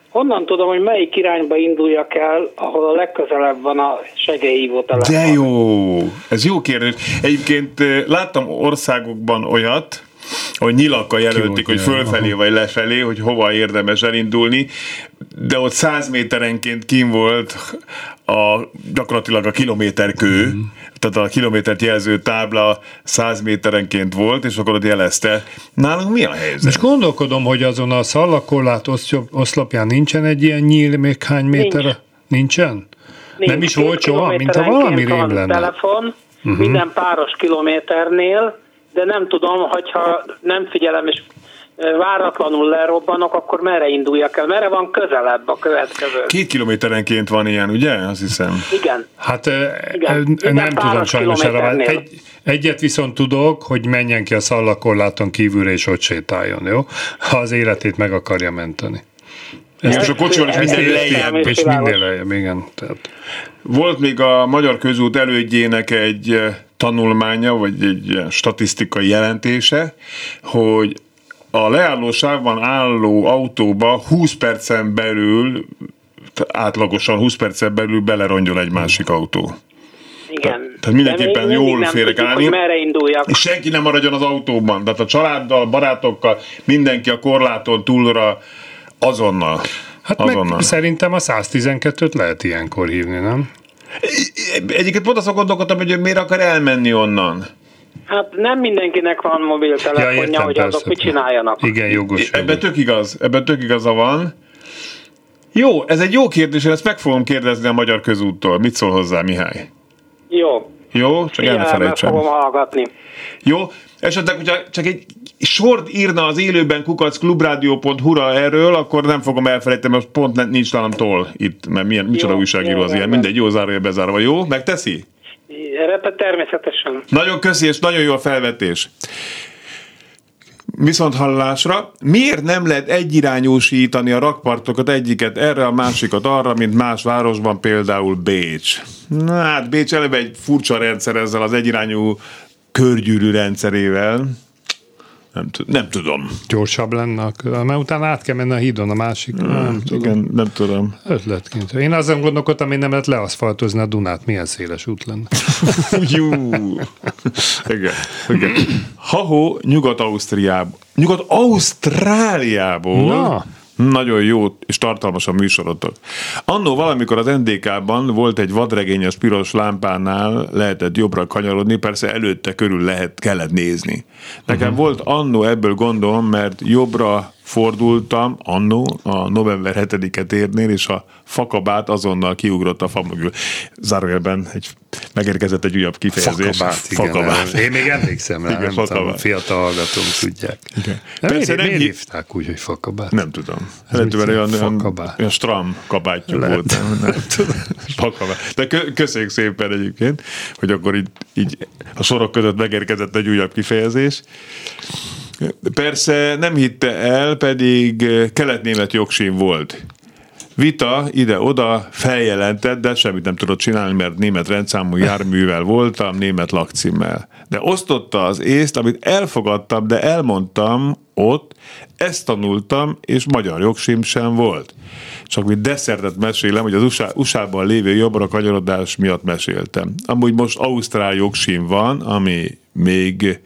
Speaker 6: Honnan tudom, hogy melyik irányba induljak el, ahol a legközelebb van a segélyhívó telefon?
Speaker 2: De jó! Ez jó kérdés. Egyébként láttam országokban olyat, hogy nyilakkal jelölték, hogy fölfelé vagy lefelé, hogy hova érdemes elindulni, de ott száz méterenként kín volt a, gyakorlatilag a kilométerkő, mm. tehát a kilométert jelző tábla száz méterenként volt, és akkor ott jelezte. Nálunk mi a helyzet?
Speaker 3: Most gondolkodom, hogy azon a szallakorlát oszlopján nincsen egy ilyen nyíl, még hány méter? Nincs. Nincsen?
Speaker 6: Nincs.
Speaker 3: Nem is volt soha, mint ha valami rém lenne.
Speaker 6: Telefon, uh-huh. minden páros kilométernél, de nem tudom, hogyha nem figyelem, és váratlanul lerobbanok, akkor merre induljak el? Merre van közelebb a következő?
Speaker 2: Két kilométerenként van ilyen, ugye? Azt hiszem.
Speaker 6: Igen.
Speaker 3: Hát Igen. nem tudom sajnos erre. Egy, egyet viszont tudok, hogy menjen ki a szallakorláton kívülre, és ott sétáljon, jó? Ha az életét meg akarja menteni.
Speaker 2: És most a kocsival is minden lejjebb.
Speaker 3: És minden lejjebb, igen. Tehát.
Speaker 2: Volt még a Magyar Közút elődjének egy tanulmánya, vagy egy statisztikai jelentése, hogy a leállósávban álló autóba húsz percen belül, átlagosan húsz percen belül belerongyol egy másik autó.
Speaker 6: Igen.
Speaker 2: Tehát mindenképpen jól férek állni.
Speaker 6: Merre induljak.
Speaker 2: És senki nem maradjon az autóban. Tehát a családdal, barátokkal, mindenki a korláton túlra azonnal.
Speaker 3: Hát azonnal. Meg szerintem a száz tizenkettőt lehet ilyenkor hívni, nem?
Speaker 2: Egyébként pont azt gondolkodtam, hogy miért akar elmenni onnan.
Speaker 6: Hát nem mindenkinek van mobiltelefonja, ja, értem, hogy persze. Azok mit csináljanak.
Speaker 3: Igen, jogos.
Speaker 2: Ebben tök igaz, ebben tök igaza van. Jó, ez egy jó kérdés, én ezt meg fogom kérdezni a Magyar Közúttól. Mit szól hozzá, Mihály?
Speaker 6: Jó.
Speaker 2: Jó, csak el ne felejtsem.
Speaker 6: Meg fogom hallgatni.
Speaker 2: Jó, esetleg, hogyha csak egy sort írna az élőben kukac klubrádió pont hu-ra erről, akkor nem fogom elfelejteni, mert pont nincs nálam toll itt, mert milyen, micsoda újságíró az ilyen. Mindegy, jó, zárója bezárva. Jó, megteszi?
Speaker 6: Erre természetesen.
Speaker 2: Nagyon köszi, és nagyon jó a felvetés. Viszont hallásra, miért nem lehet egyirányúsítani a rakpartokat, egyiket erre, a másikat arra, mint más városban, például Bécs? Na hát Bécs eleve egy furcsa rendszer ezzel az egyirányú körgyűrű rendszerével. Nem, nem tudom.
Speaker 3: Gyorsabb lenne, mert utána át kell menni a hídon a másik. Hmm, nem tudom.
Speaker 2: Igen, nem tudom.
Speaker 3: Ötletként. Én azon gondolkodtam, hogy nem lehet leaszfaltozni a Dunát, milyen széles út lenne.
Speaker 2: Jú. Igen, igen. Ha-ho, Nyugat-Ausztriából. Nyugat-Ausztráliából.
Speaker 3: Na.
Speaker 2: Nagyon jó és tartalmas a műsorotok. Annó valamikor az en dé ká-ban volt egy vadregényes piros lámpánál, lehetett jobbra kanyarodni, persze előtte körül lehet, kellett nézni. Nekem uh-huh. volt annó ebből gondom, mert jobbra fordultam annó a november hetedike térnél, és a fakabát azonnal kiugrott a fa mögül. Zárójelben egy, megérkezett egy újabb kifejezés.
Speaker 3: Fakabát, igen. Fakabát. Én még emlékszem rá, igen, nem tudom, fiatal hallgatók tudják. Persze miért, miért hívták úgy, hogy fakabát?
Speaker 2: Nem tudom. Lehetően olyan, olyan, olyan stram kabátjuk
Speaker 3: Lehet.
Speaker 2: volt. Nem, nem tudom. Fakabát. De köszönjük szépen egyébként, hogy akkor így, így a sorok között megérkezett egy újabb kifejezés. Persze nem hitte el, pedig kelet-német jogsim volt. Vita ide-oda feljelentett, de semmit nem tudott csinálni, mert német rendszámú járművel voltam, német lakcímmel. De osztotta az észt, amit elfogadtam, de elmondtam ott, ezt tanultam, és magyar jogsim sem volt. Csak mint desszertet mesélem, hogy az u es á-ban lévő jobbra kanyarodás miatt meséltem. Amúgy most ausztrál jogsim van, ami még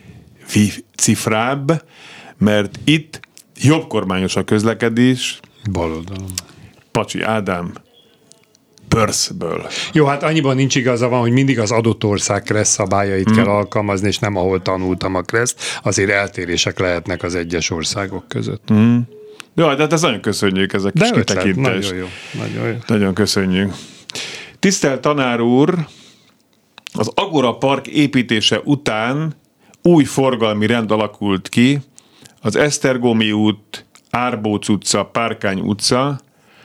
Speaker 2: cifrább, mert itt jobbkormányos a közlekedés.
Speaker 3: Baloldalon.
Speaker 2: Pacsi Ádám Perthből.
Speaker 3: Jó, hát annyiban nincs igaza van, hogy mindig az adott ország kressz szabályait mm. kell alkalmazni, és nem ahol tanultam a kreszt, azért eltérések lehetnek az egyes országok között.
Speaker 2: Mm. Jó, de hát ezt nagyon köszönjük, ez a kis kitekintést.
Speaker 3: Nagyon jó, nagyon jó.
Speaker 2: Nagyon köszönjük. Tisztelt tanár úr, az Agora Park építése után új forgalmi rend alakult ki, az Esztergomi út, Árbóc utca, Párkány utca,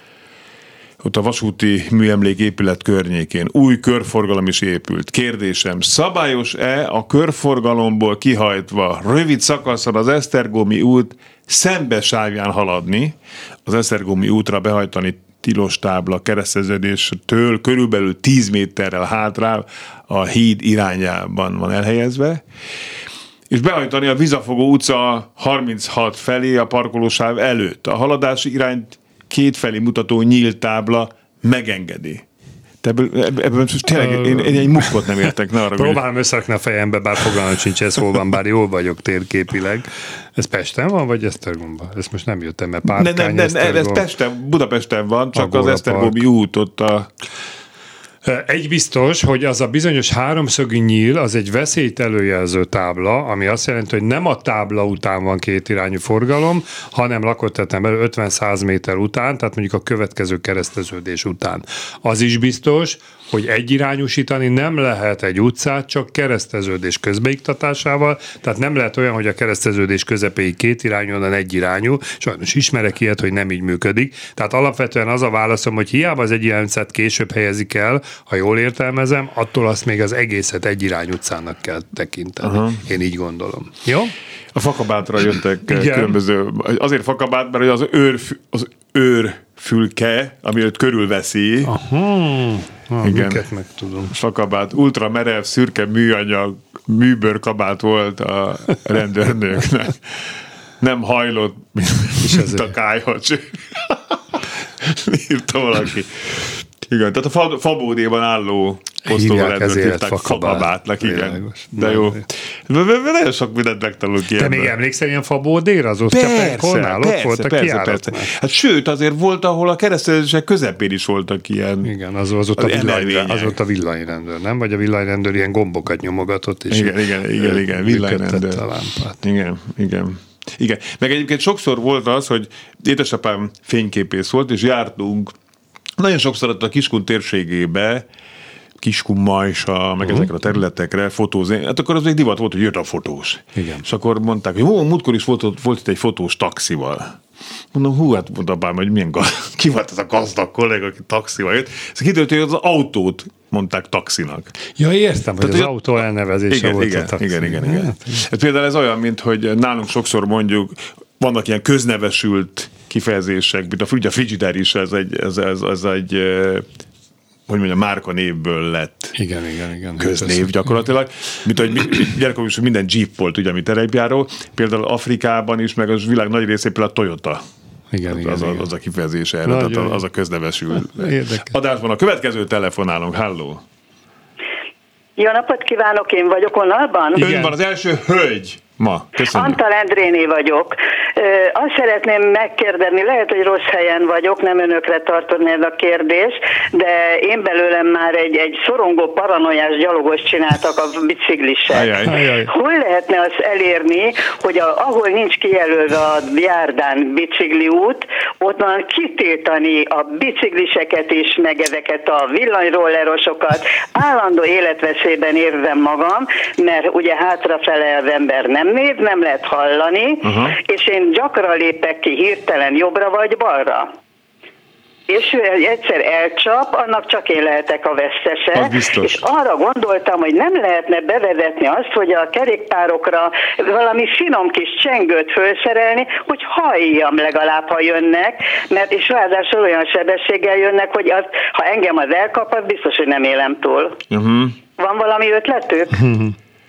Speaker 2: ott a vasúti műemléképület környékén. Új körforgalom is épült. Kérdésem, szabályos-e a körforgalomból kihajtva rövid szakaszon az Esztergomi út szembesávján haladni, az Esztergomi útra behajtani tilos tábla kereszteződéstől körülbelül tíz méterrel hátra a híd irányában van elhelyezve, és behajtani a Vizafogó utca harminchat felé a parkolósáv előtt. A haladási irányt kétfelé mutató nyílt tábla megengedi. Ebből, ebből tényleg én, én egy mukkot nem értek. Ne arra,
Speaker 3: próbálom összerakni a fejembe, bár fogalmam sincs, ez hol van, bár jól vagyok térképileg. Ez Pesten van, vagy Esztergomban? Ezt most nem jöttem, mert Párkány,
Speaker 2: ne, ne, ne, ez Pesten, Budapesten van, csak az Esztergomi út ott a...
Speaker 3: Egy biztos, hogy az a bizonyos háromszögű nyíl, az egy veszélyt előjelző tábla, ami azt jelenti, hogy nem a tábla után van kétirányú forgalom, hanem lakott területen belül ötven-száz méter után, tehát mondjuk a következő kereszteződés után. Az is biztos, hogy egyirányúsítani nem lehet egy utcát, csak kereszteződés közbeiktatásával, tehát nem lehet olyan, hogy a kereszteződés közepéig kétirányú, hanem egyirányú. Sajnos ismerek ilyet, hogy nem így működik. Tehát alapvetően az a válaszom, hogy hiába az egyirányú utcát később helyezik el, ha jól értelmezem, attól azt még az egészet egyirányú utcának kell tekinteni. Aha. Én így gondolom. Jó?
Speaker 2: A Fakabátra jöttek igen. különböző, azért Fakabát, mert az őr, az őr fülke, ami őt körülveszi.
Speaker 3: Aha, ah, igen. Miket meg tudom.
Speaker 2: Fakabát, ultra merev, szürke műanyag, műbőrkabát volt a rendőrnőknek. Nem hajlott, mint a kályhacs. Írta valaki. Igen, tehát a Fabódéban álló posztóval rendőrt hívták Fakabátnak, igen. Világos. De jó. Nagyon sok mindent megtanulunk
Speaker 3: ilyenben. Te még emlékszel ilyen Fabódéra? Az Osztyapenkolnál? Ott volt a kiárat.
Speaker 2: Hát sőt, azért volt, ahol a kereszteződések közepén is voltak ilyen.
Speaker 3: Igen, az, az, ott, a villany, az ott a villanyrendőr, nem? Vagy a villanyrendőr ilyen gombokat nyomogatott, és
Speaker 2: igen, igen, igen, igen, villanyrendőr.
Speaker 3: A lámpát.
Speaker 2: Igen, igen. Igen, meg egyébként sokszor volt az, hogy édesapám fényképész volt, és jártunk nagyon sokszor ott a Kiskun térségébe, Kiskun, Majsa, meg uh-huh. ezekre a területekre fotózni. Hát akkor az még divat volt, hogy jött a fotós.
Speaker 3: Igen.
Speaker 2: És akkor mondták, hogy hú, múltkor is volt, volt itt egy fotós taxival. Mondom, hú, hát mondta apám, hogy milyen gaz... ki volt ez a gazdag kollega, aki taxival jött. Ez kiderült, hogy az autót mondták taxinak.
Speaker 3: Ja, értem, hogy tehát, az autó elnevezése
Speaker 2: igen,
Speaker 3: volt
Speaker 2: igen,
Speaker 3: a taxi.
Speaker 2: Igen, igen, igen. Hát például ez olyan, mint hogy nálunk sokszor mondjuk, vannak ilyen köznevesült kifejezések, mint a, ugye a frigider is, ez egy, ez, ez, ez egy hogy mondjam, márka névből lett
Speaker 3: igen, igen, igen,
Speaker 2: köznév gyakorlatilag. Mint hogy gyerekkorban is minden Jeep volt, ugye, ami terepjáró. Például Afrikában is, meg az világ nagy részében a Toyota.
Speaker 3: Igen, igen,
Speaker 2: az,
Speaker 3: igen.
Speaker 2: A, az a kifejezése erre, tehát az a köznevesül. Adásban a következő telefonálunk. Halló!
Speaker 7: Jó napot kívánok, én vagyok Onalban.
Speaker 2: Ön van az első hölgy ma. Köszönjük.
Speaker 7: Antal Endréné vagyok. Ö, azt szeretném megkérdezni, lehet, hogy rossz helyen vagyok, nem önökre tartani ez a kérdés, de én belőlem már egy, egy szorongó paranoiás gyalogos csináltak a biciklisek.
Speaker 2: Ajaj. Ajaj.
Speaker 7: Hol lehetne azt elérni, hogy a, ahol nincs kijelölve a járdán bicikliút, ott van kitiltani a bicikliseket is, meg ezeket a villanyrollerosokat. Állandó életveszélyben érzem magam, mert ugye hátrafele az ember nem néz, nem lehet hallani, uh-huh. és én gyakran lépek ki hirtelen jobbra vagy balra. És egyszer elcsap, annak csak én lehetek a vesztese. És arra gondoltam, hogy nem lehetne bevezetni azt, hogy a kerékpárokra valami finom kis csengőt felszerelni, hogy halljam legalább, ha jönnek, mert és ráadásul olyan sebességgel jönnek, hogy az, ha engem az elkap, az biztos, hogy nem élem túl. Uh-huh. Van valami ötletük? Uh-huh.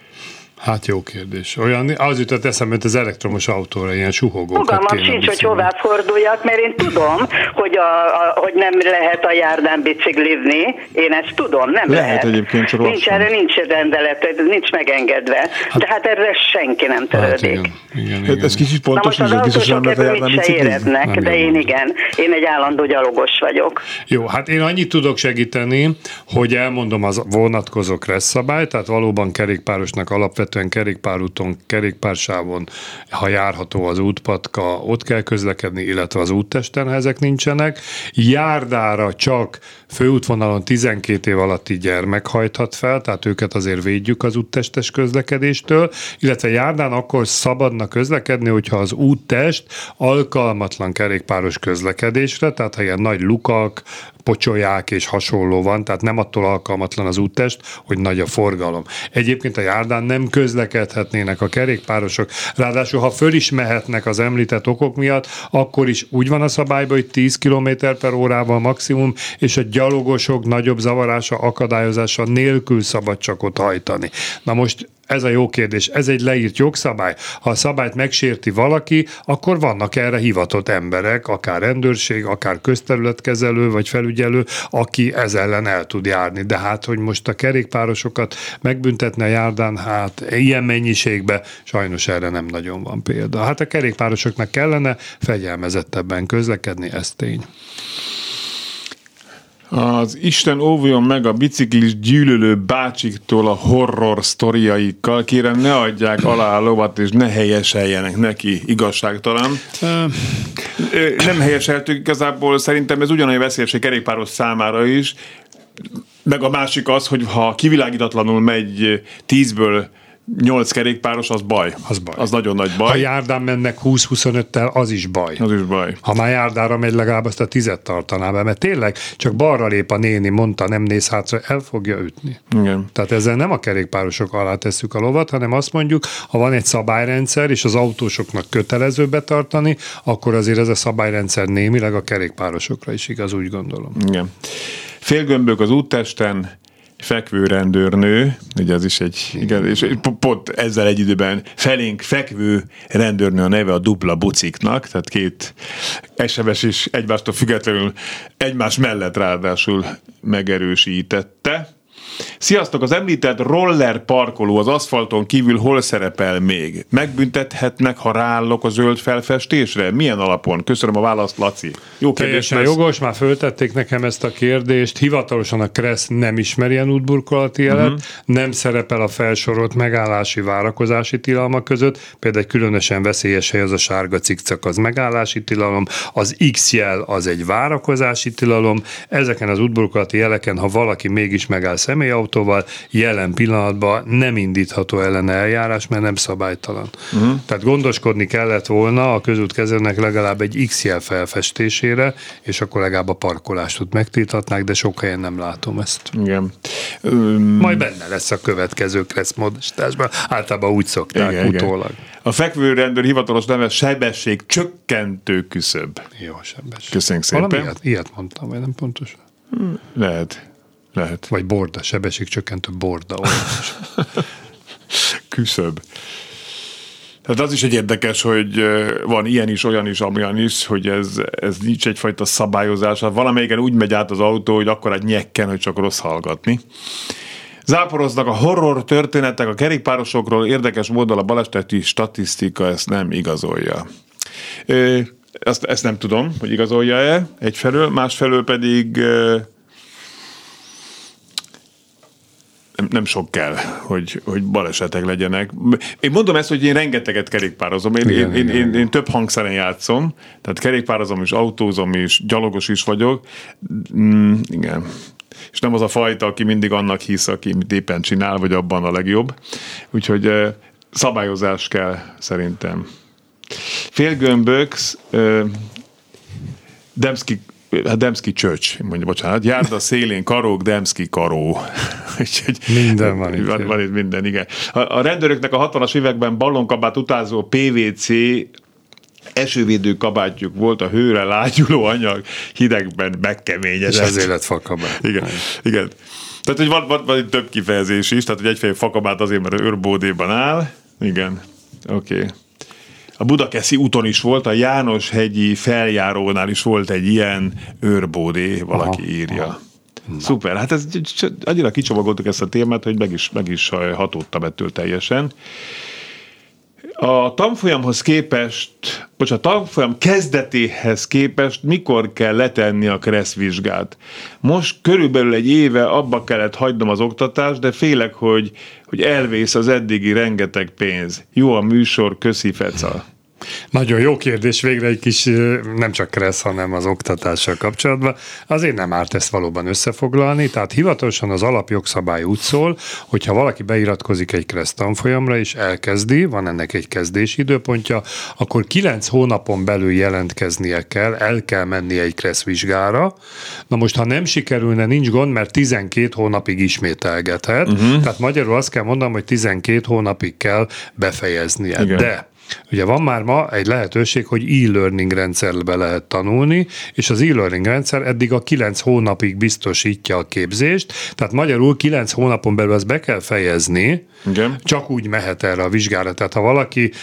Speaker 3: Hát jó kérdés. Olyan, az jutott eszembe, hogy az elektromos autóra ilyen suhogókat
Speaker 7: kéne Fogalmam sincs, hogy hová forduljak, mert én tudom, hogy, a, a, hogy nem lehet a járdán biciklizni. Én ezt tudom, nem lehet.
Speaker 2: Lehet egyébként, csak
Speaker 7: nincs erre, nincs rendelet, nincs megengedve. Hát, de hát erre senki nem törődik. Hát
Speaker 3: igen, igen, igen.
Speaker 2: Ez kicsit pontos,
Speaker 7: hogy biztos nem lehet a járdán biciklizni. De én igen, én egy állandó gyalogos vagyok.
Speaker 3: Jó, hát én annyit tudok segíteni, hogy elmondom az vonatkozó kressz szabályt, tehát valóban kerékpárosnak alapvetően kerékpárúton, kerékpársávon, ha járható az útpatka, ott kell közlekedni, illetve az úttesten, ha ezek nincsenek. Járdára csak főútvonalon tizenkét év alatti gyermek hajthat fel, tehát őket azért védjük az úttestes közlekedéstől, illetve járdán akkor szabadna közlekedni, hogyha az úttest alkalmatlan kerékpáros közlekedésre, tehát ha ilyen nagy lukak, pocsolyák és hasonló van, tehát nem attól alkalmatlan az úttest, hogy nagy a forgalom. Egyébként a járdán nem közlekedhetnének a kerékpárosok, ráadásul ha föl is mehetnek az említett okok miatt, akkor is úgy van a szabályban, hogy tíz kilométer per órával maximum, és a gyalogosok nagyobb zavarása, akadályozása nélkül szabad csak ott hajtani. Na most Ez a jó kérdés. Ez egy leírt jogszabály. Ha a szabályt megsérti valaki, akkor vannak erre hivatott emberek, akár rendőrség, akár közterületkezelő vagy felügyelő, aki ez ellen el tud járni. De hát, hogy most a kerékpárosokat megbüntetne a járdán, hát ilyen mennyiségben sajnos erre nem nagyon van példa. Hát a kerékpárosoknak kellene fegyelmezettebben közlekedni, ez tény.
Speaker 2: Az Isten óvjon meg a biciklis gyűlölő bácsiktól a horror sztoriaikkal. Kérem, ne adják alá a lovat, és ne helyeseljenek neki, igazságtalan. Nem helyeseltük, igazából szerintem ez ugyanolyan veszélyes egy kerékpáros számára is. Meg a másik az, hogy ha kivilágítatlanul megy tízből nyolc kerékpáros, az baj.
Speaker 3: Az baj.
Speaker 2: Az nagyon nagy baj.
Speaker 3: Ha járdán mennek húsz-huszonöttel, az is baj.
Speaker 2: Az is baj.
Speaker 3: Ha már járdára megy, legalább azt a tizet tartaná be, mert tényleg csak balra lép a néni, mondta, nem néz hátra, el fogja ütni.
Speaker 2: Igen.
Speaker 3: Tehát ezzel nem a kerékpárosok alá tesszük a lovat, hanem azt mondjuk, ha van egy szabályrendszer, és az autósoknak kötelező betartani, akkor azért ez a szabályrendszer némileg a kerékpárosokra is igaz, úgy gondolom.
Speaker 2: Igen. Félgömbök az úttesten, fekvő rendőrnő, ugye ez is egy, igen, és pont ezzel egy időben felénk fekvő rendőrnő a neve a dupla buciknak, tehát két es em es is egymástól függetlenül egymás mellett ráadásul megerősítette. Sziasztok! Az említett roller parkoló az aszfalton kívül hol szerepel még? Megbüntethetnek, ha ráállok a zöld felfestésre? Milyen alapon? Köszönöm a választ, Laci. Jó kérdés.
Speaker 3: Teljesen lesz. Jogos, már föltették nekem ezt a kérdést. Hivatalosan a KRESZ nem ismeri ilyen útburkolati jelet, uh-huh. nem szerepel a felsorolt megállási, várakozási tilalmak között. Például egy különösen veszélyes hely az a sárga cikcak, az megállási tilalom, az X-jel az egy várakozási tilalom. Ezeken az útburkolati jeleken, ha valaki mégis megáll személyautóval, jelen pillanatban nem indítható ellene eljárás, mert nem szabálytalan. Uh-huh. Tehát gondoskodni kellett volna a közútkezelőnek legalább egy X-jel felfestésére, és akkor legalább a parkolást tud megtiltatnák, de sok helyen nem látom ezt.
Speaker 2: Igen.
Speaker 3: Um, Majd benne lesz a következő KRESZ módosításban. Általában úgy szokták igen, utólag. Igen.
Speaker 2: A fekvőrendőr hivatalos neve sebesség csökkentő küszöb.
Speaker 3: Jó, sebesség.
Speaker 2: Köszönjük szépen.
Speaker 3: Valami ilyet, ilyet mondtam, vagy nem pontosan?
Speaker 2: Lehet. Lehet.
Speaker 3: Vagy borda, sebességcsökkentő borda.
Speaker 2: Küszöb. Tehát az is egy érdekes, hogy van ilyen is, olyan is, amilyen is, hogy ez, ez nincs egyfajta szabályozás. Valamelyiken úgy megy át az autó, hogy akkor egy nyekken, hogy csak rossz hallgatni. Záporoznak a horror történetek a kerékpárosokról, érdekes módon a baleseti statisztika ezt nem igazolja. Ezt, ezt nem tudom, hogy igazolja-e egyfelől, másfelől pedig Nem, nem sok kell, hogy, hogy balesetek legyenek. Én mondom ezt, hogy én rengeteget kerékpározom. Én, igen, én, én, én, én több hangszeren játszom, tehát kerékpározom is, autózom is, gyalogos is vagyok. Mm, igen. És nem az a fajta, aki mindig annak hisz, aki mit éppen csinál, vagy abban a legjobb. Úgyhogy eh, szabályozás kell szerintem. Félgömbök, eh, Demszki Hát Demszki csöcs, mondja, bocsánat, járda szélén karók, Demszki karó.
Speaker 3: Minden van itt.
Speaker 2: Van, van itt minden, igen. A, a rendőröknek a hatvanas években ballonkabát utázó pé vé cé esővédő kabátjuk volt, a hőre lágyuló anyag hidegben megkeményedett.
Speaker 3: És ezért lett fakabát.
Speaker 2: Igen, igen. Tehát, hogy van, van, van több kifejezés is, tehát, hogy egyféle fakabát azért, mert őrbódéban áll. Igen, oké. Okay. A Budakeszi úton is volt, a Jánoshegyi feljárónál is volt egy ilyen őrbódé, valaki aha, írja. Aha. Szuper, hát ez, annyira kicsomagoltuk ezt a témát, hogy meg is, meg is hatódtam ettől teljesen. A tanfolyamhoz képest, bocsánat, a tanfolyam kezdetéhez képest mikor kell letenni a KRESZ vizsgát? Most körülbelül egy éve abba kellett hagynom az oktatást, de félek, hogy, hogy elvész az eddigi rengeteg pénz. Jó a műsor, köszi Feca.
Speaker 3: Nagyon jó kérdés, végre egy kis, nem csak KRESZ, hanem az oktatással kapcsolatban. Azért nem árt ezt valóban összefoglalni, tehát hivatalosan az alapjogszabály úgy szól, hogyha valaki beiratkozik egy KRESZ tanfolyamra és elkezdi, van ennek egy kezdési időpontja, akkor kilenc hónapon belül jelentkeznie kell, el kell mennie egy KRESZ vizsgára. Na most, ha nem sikerülne, nincs gond, mert tizenkét hónapig ismételgethet. Uh-huh. Tehát magyarul azt kell mondanom, hogy tizenkét hónapig kell befejeznie. Igen. De Ugye van már ma egy lehetőség, hogy e-learning rendszerbe lehet tanulni, és az e-learning rendszer eddig a kilenc hónapig biztosítja a képzést, tehát magyarul kilenc hónapon belül ezt be kell fejezni, igen. Csak úgy mehet erre a vizsgára. Tehát ha valaki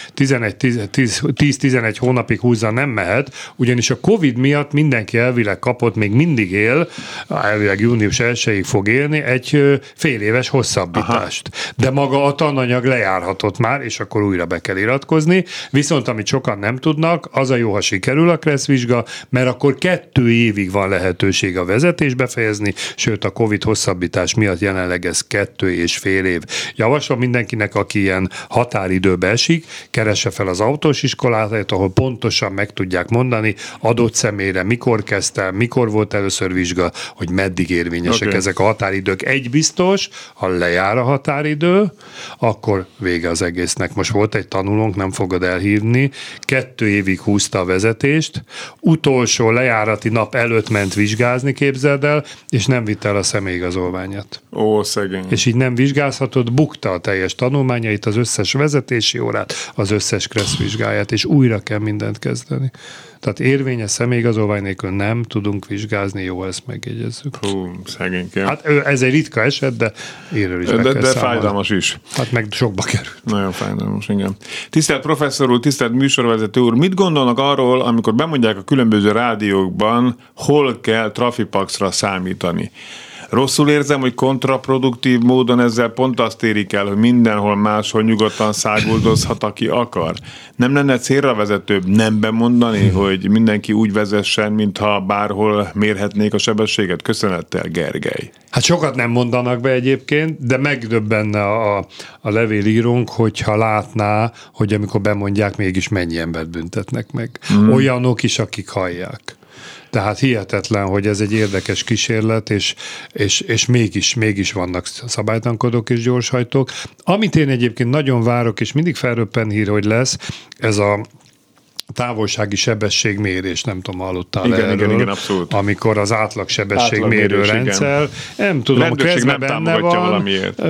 Speaker 3: tíz-tizenegy hónapig húzza, nem mehet, ugyanis a Covid miatt mindenki elvileg kapott, még mindig él, elvileg június elsejéig fog élni, egy fél éves hosszabbítást. Aha. De maga a tananyag lejárhatott már, és akkor újra be kell iratkozni. Viszont amit sokan nem tudnak, az a jó, ha sikerül a Kressz vizsga, mert akkor kettő évig van lehetőség a vezetés befejezni, sőt a Covid hosszabbítás miatt jelenleg ez kettő és fél év. Javaslom mindenkinek, aki ilyen határidőbe esik, keresse fel az autós iskolát, ahol pontosan meg tudják mondani adott személyre, mikor kezdte, mikor volt először vizsga, hogy meddig érvényesek okay. ezek a határidők. Egy biztos, ha lejár a határidő, akkor vége az egésznek. Most volt egy tanulónk, nem fogod elhívni, kettő évig húzta a vezetést, utolsó lejárati nap előtt ment vizsgázni, képzeld el, és nem vitte el a személyigazolványát.
Speaker 2: Ó, szegény.
Speaker 3: És így nem vizsgázhatod, bukta a teljes tanulmányait, az összes vezetési órát, az összes Kressz vizsgáját, és újra kell mindent kezdeni. Tehát érvényes személyigazolvány nélkül nem tudunk vizsgázni, jó, ezt megjegyezzük.
Speaker 2: Hú, szegényke.
Speaker 3: Hát ez egy ritka eset, de érről is
Speaker 2: de,
Speaker 3: meg
Speaker 2: de,
Speaker 3: kell
Speaker 2: de
Speaker 3: számolni.
Speaker 2: fájdalmas is.
Speaker 3: Hát meg sokba kerül.
Speaker 2: Nagyon fájdalmas, igen. Tisztelt professzor úr, tisztelt műsorvezető úr, mit gondolnak arról, amikor bemondják a különböző rádiókban, hol kell trafipaxra számítani? Rosszul érzem, hogy kontraproduktív módon ezzel pont azt érik el, hogy mindenhol máshol nyugodtan száguldozhat, aki akar. Nem lenne célra vezetőbb nem bemondani, hogy mindenki úgy vezessen, mintha bárhol mérhetnék a sebességet? Köszönettel, Gergely.
Speaker 3: Hát sokat nem mondanak be egyébként, de megdöbbenne a, a levélírónk, hogyha látná, hogy amikor bemondják, mégis mennyi embert büntetnek meg. Mm. Olyanok is, akik hallják. Tehát hihetetlen, hogy ez egy érdekes kísérlet, és, és, és mégis, mégis vannak szabálytalankodók és gyorshajtók. Amit én egyébként nagyon várok, és mindig felröppen hír, hogy lesz, ez a távolsági sebességmérés, nem tudom, hallottál
Speaker 2: igen,
Speaker 3: erről,
Speaker 2: igen, igen, abszolút.
Speaker 3: Amikor az átlagsebességmérő rendszer, nem tudom, a Kresszben benne van, valamiért.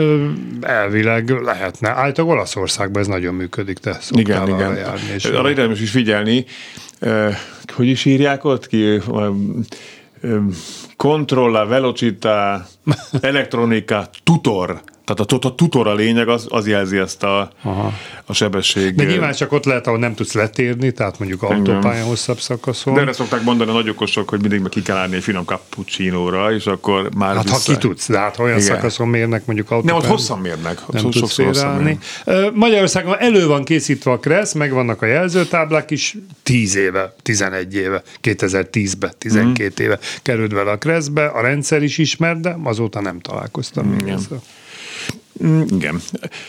Speaker 3: Elvileg lehetne. Általában Olaszországban ez nagyon működik, te szoktál
Speaker 2: igen,
Speaker 3: arra
Speaker 2: igen.
Speaker 3: járni. És
Speaker 2: arra érdemes is figyelni, uh, hogy is írják ott ki? Uh, um, Controlla, velocità, elektronika, tutor. Tehát a, a tutor a lényeg, az, az jelzi ezt a, a sebesség.
Speaker 3: De nyilván csak ott lehet, ahol nem tudsz letérni, tehát mondjuk autópályán hosszabb szakaszon.
Speaker 2: De erre szokták mondani a nagyokosok, hogy mindig meg ki kell állni egy finom cappuccinóra, és akkor már
Speaker 3: hát vissza... ha ki tudsz, de hát olyan igen. szakaszon mérnek mondjuk autópályán.
Speaker 2: Nem, ott hosszan mérnek.
Speaker 3: Nem ott tudsz félreállni. Magyarországon elő van készítve a Kressz, meg vannak a jelzőtáblák is, tíz éve, tizenegy éve, kétezer-tízben, tizenkét mm. éve került vele a Kresszbe, a rendszer is ismert, de azóta nem találkoztam mm, még ezzel.
Speaker 2: Igen.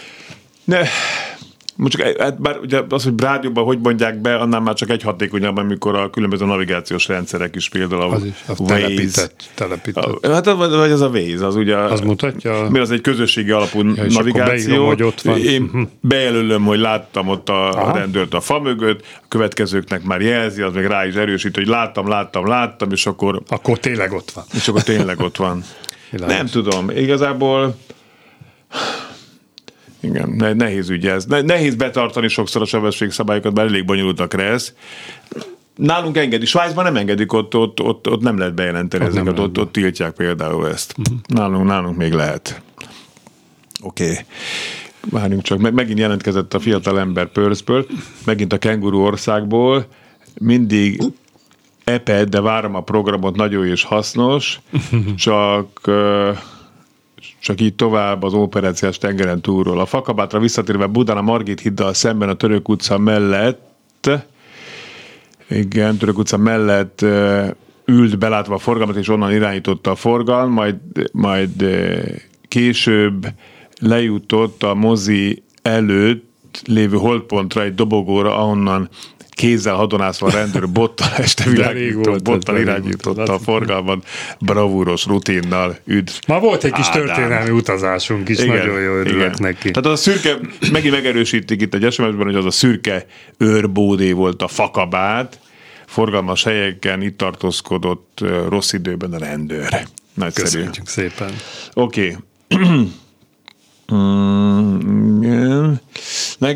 Speaker 2: Ne, most csak, bár ugye az, hogy rádióban hogy mondják be, annál már csak egy hatékonyabb, amikor a különböző navigációs rendszerek is például a
Speaker 3: az is, a telepített, telepített.
Speaker 2: A, hát vagy az a Waze, az ugye...
Speaker 3: Az mutatja.
Speaker 2: Mi az egy közösségi alapú ja, navigáció. Beírom, hogy ott van. Én uh-huh. bejelölöm, hogy láttam ott a Aha. rendőrt a fa mögött, a következőknek már jelzi, az meg rá is erősít, hogy láttam, láttam, láttam, és akkor...
Speaker 3: Akkor tényleg ott van.
Speaker 2: És akkor tényleg ott van. Nem tudom, igazából... Igen, nehéz ügy ez. Nehéz betartani sokszor a sebességszabályokat, bár elég bonyolult a Kressz. Nálunk engedi, Svájcban nem engedik, ott, ott, ott, ott nem lehet bejelenteni ott ezeket, ott, ott tiltják például ezt. Uh-huh. Nálunk, nálunk még lehet. Oké. Okay. Várjunk csak, megint jelentkezett a fiatal ember Perthből, megint a kenguru országból, mindig eped, de várom a programot, nagyon és hasznos, csak... csak így tovább az operációs tengeren túlról. A Fakabátra visszatérve Budán a Margit hiddal szemben a Török utca mellett, igen, Török utca mellett ült belátva a forgalmat, és onnan irányította a forgalmat, majd, majd később lejutott a mozi előtt lévő holdpontra, egy dobogóra, ahonnan kézzel hadonászva a rendőr bottal este világító, bottal irányította a forgalmat, bravúros rutinnal, üdv.
Speaker 3: Ma volt egy kis Ádám. Történelmi utazásunk is, igen, nagyon jó örülök neki.
Speaker 2: Tehát az a szürke, megint megerősítik itt egy es em es-ben, hogy az a szürke őrbódé volt a Fakabát, forgalmas helyeken itt tartózkodott rossz időben a rendőr. Nagyszerű.
Speaker 3: Köszönjük szépen.
Speaker 2: Oké. Okay. mm, meg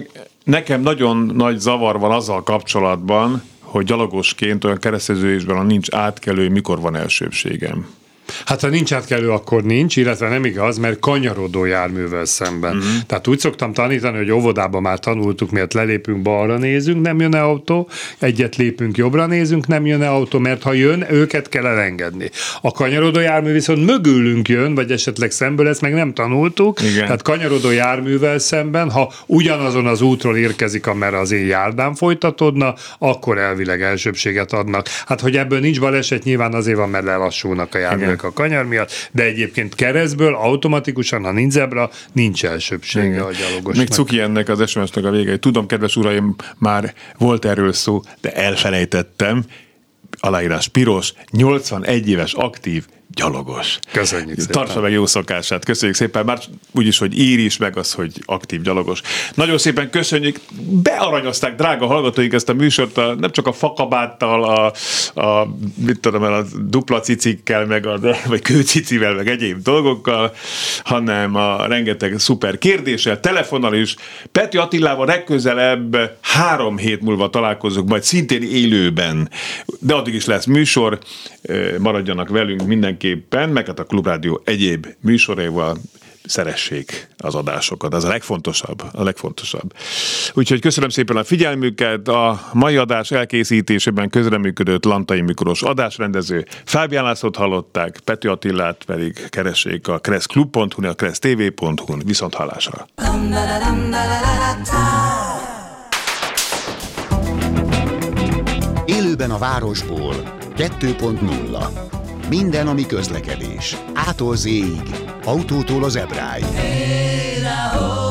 Speaker 2: nekem nagyon nagy zavar van azzal kapcsolatban, hogy gyalogosként olyan kereszteződésben, ha nincs átkelő, mikor van elsőbségem.
Speaker 3: Hát ha nincs átkelő, akkor nincs, illetve nem igaz, mert kanyarodó járművel szemben. Uh-huh. Tehát úgy szoktam tanítani, hogy óvodában már tanultuk, miért lelépünk, balra nézünk, nem jön-e autó, egyet lépünk, jobbra nézünk, nem jön-e autó, mert ha jön, őket kell elengedni. A kanyarodó jármű viszont mögülünk jön, vagy esetleg szemből, ezt meg nem tanultuk. Igen. Tehát kanyarodó járművel szemben, ha ugyanazon az útról érkezik, amerre az én járdám folytatódna, akkor elvileg elsőbséget adnak. Hát, hogy ebből nincs baleset, nyilván azért van, mert lelassulnak a járművek a kanyar miatt, de egyébként keresztből automatikusan, ha nincs zebra, nincs elsőbsége igen. a gyalogosnak.
Speaker 2: Még cuki ennek az es em es-nek a vége. Tudom, kedves uraim, már volt erről szó, de elfelejtettem. Aláírás piros, nyolcvanegy éves aktív gyalogos.
Speaker 3: Köszönjük szépen.
Speaker 2: Tartsa meg jó szokását. Köszönjük szépen. Már úgyis, hogy ír is, meg az, hogy aktív gyalogos. Nagyon szépen köszönjük. Bearanyozták, drága hallgatóink, ezt a műsort, a, nem csak a fakabáttal, a, a, mit tudom, a dupla cicikkel, meg a, vagy kőcicivel, meg egyéb dolgokkal, hanem a rengeteg szuper kérdéssel, telefonnal is. Peti Attilával legközelebb három hét múlva találkozunk, majd szintén élőben. De addig is lesz műsor. Maradjanak velünk mindenképpen, meg hát a Klubrádió egyéb műsoraival szeressék az adásokat. Ez a legfontosabb, a legfontosabb. Úgyhogy köszönöm szépen a figyelmüket. A mai adás elkészítésében közreműködött Lantai Miklós adásrendező. Fábián Lászlót hallották, Peti Attilát pedig keressék a kresszklub pont hu-n, a kressztv pont hu-n. Viszont hallásra.
Speaker 1: Élőben a városból kettő pont nulla. Minden, ami közlekedés. Ától zéig, autótól az ebráig.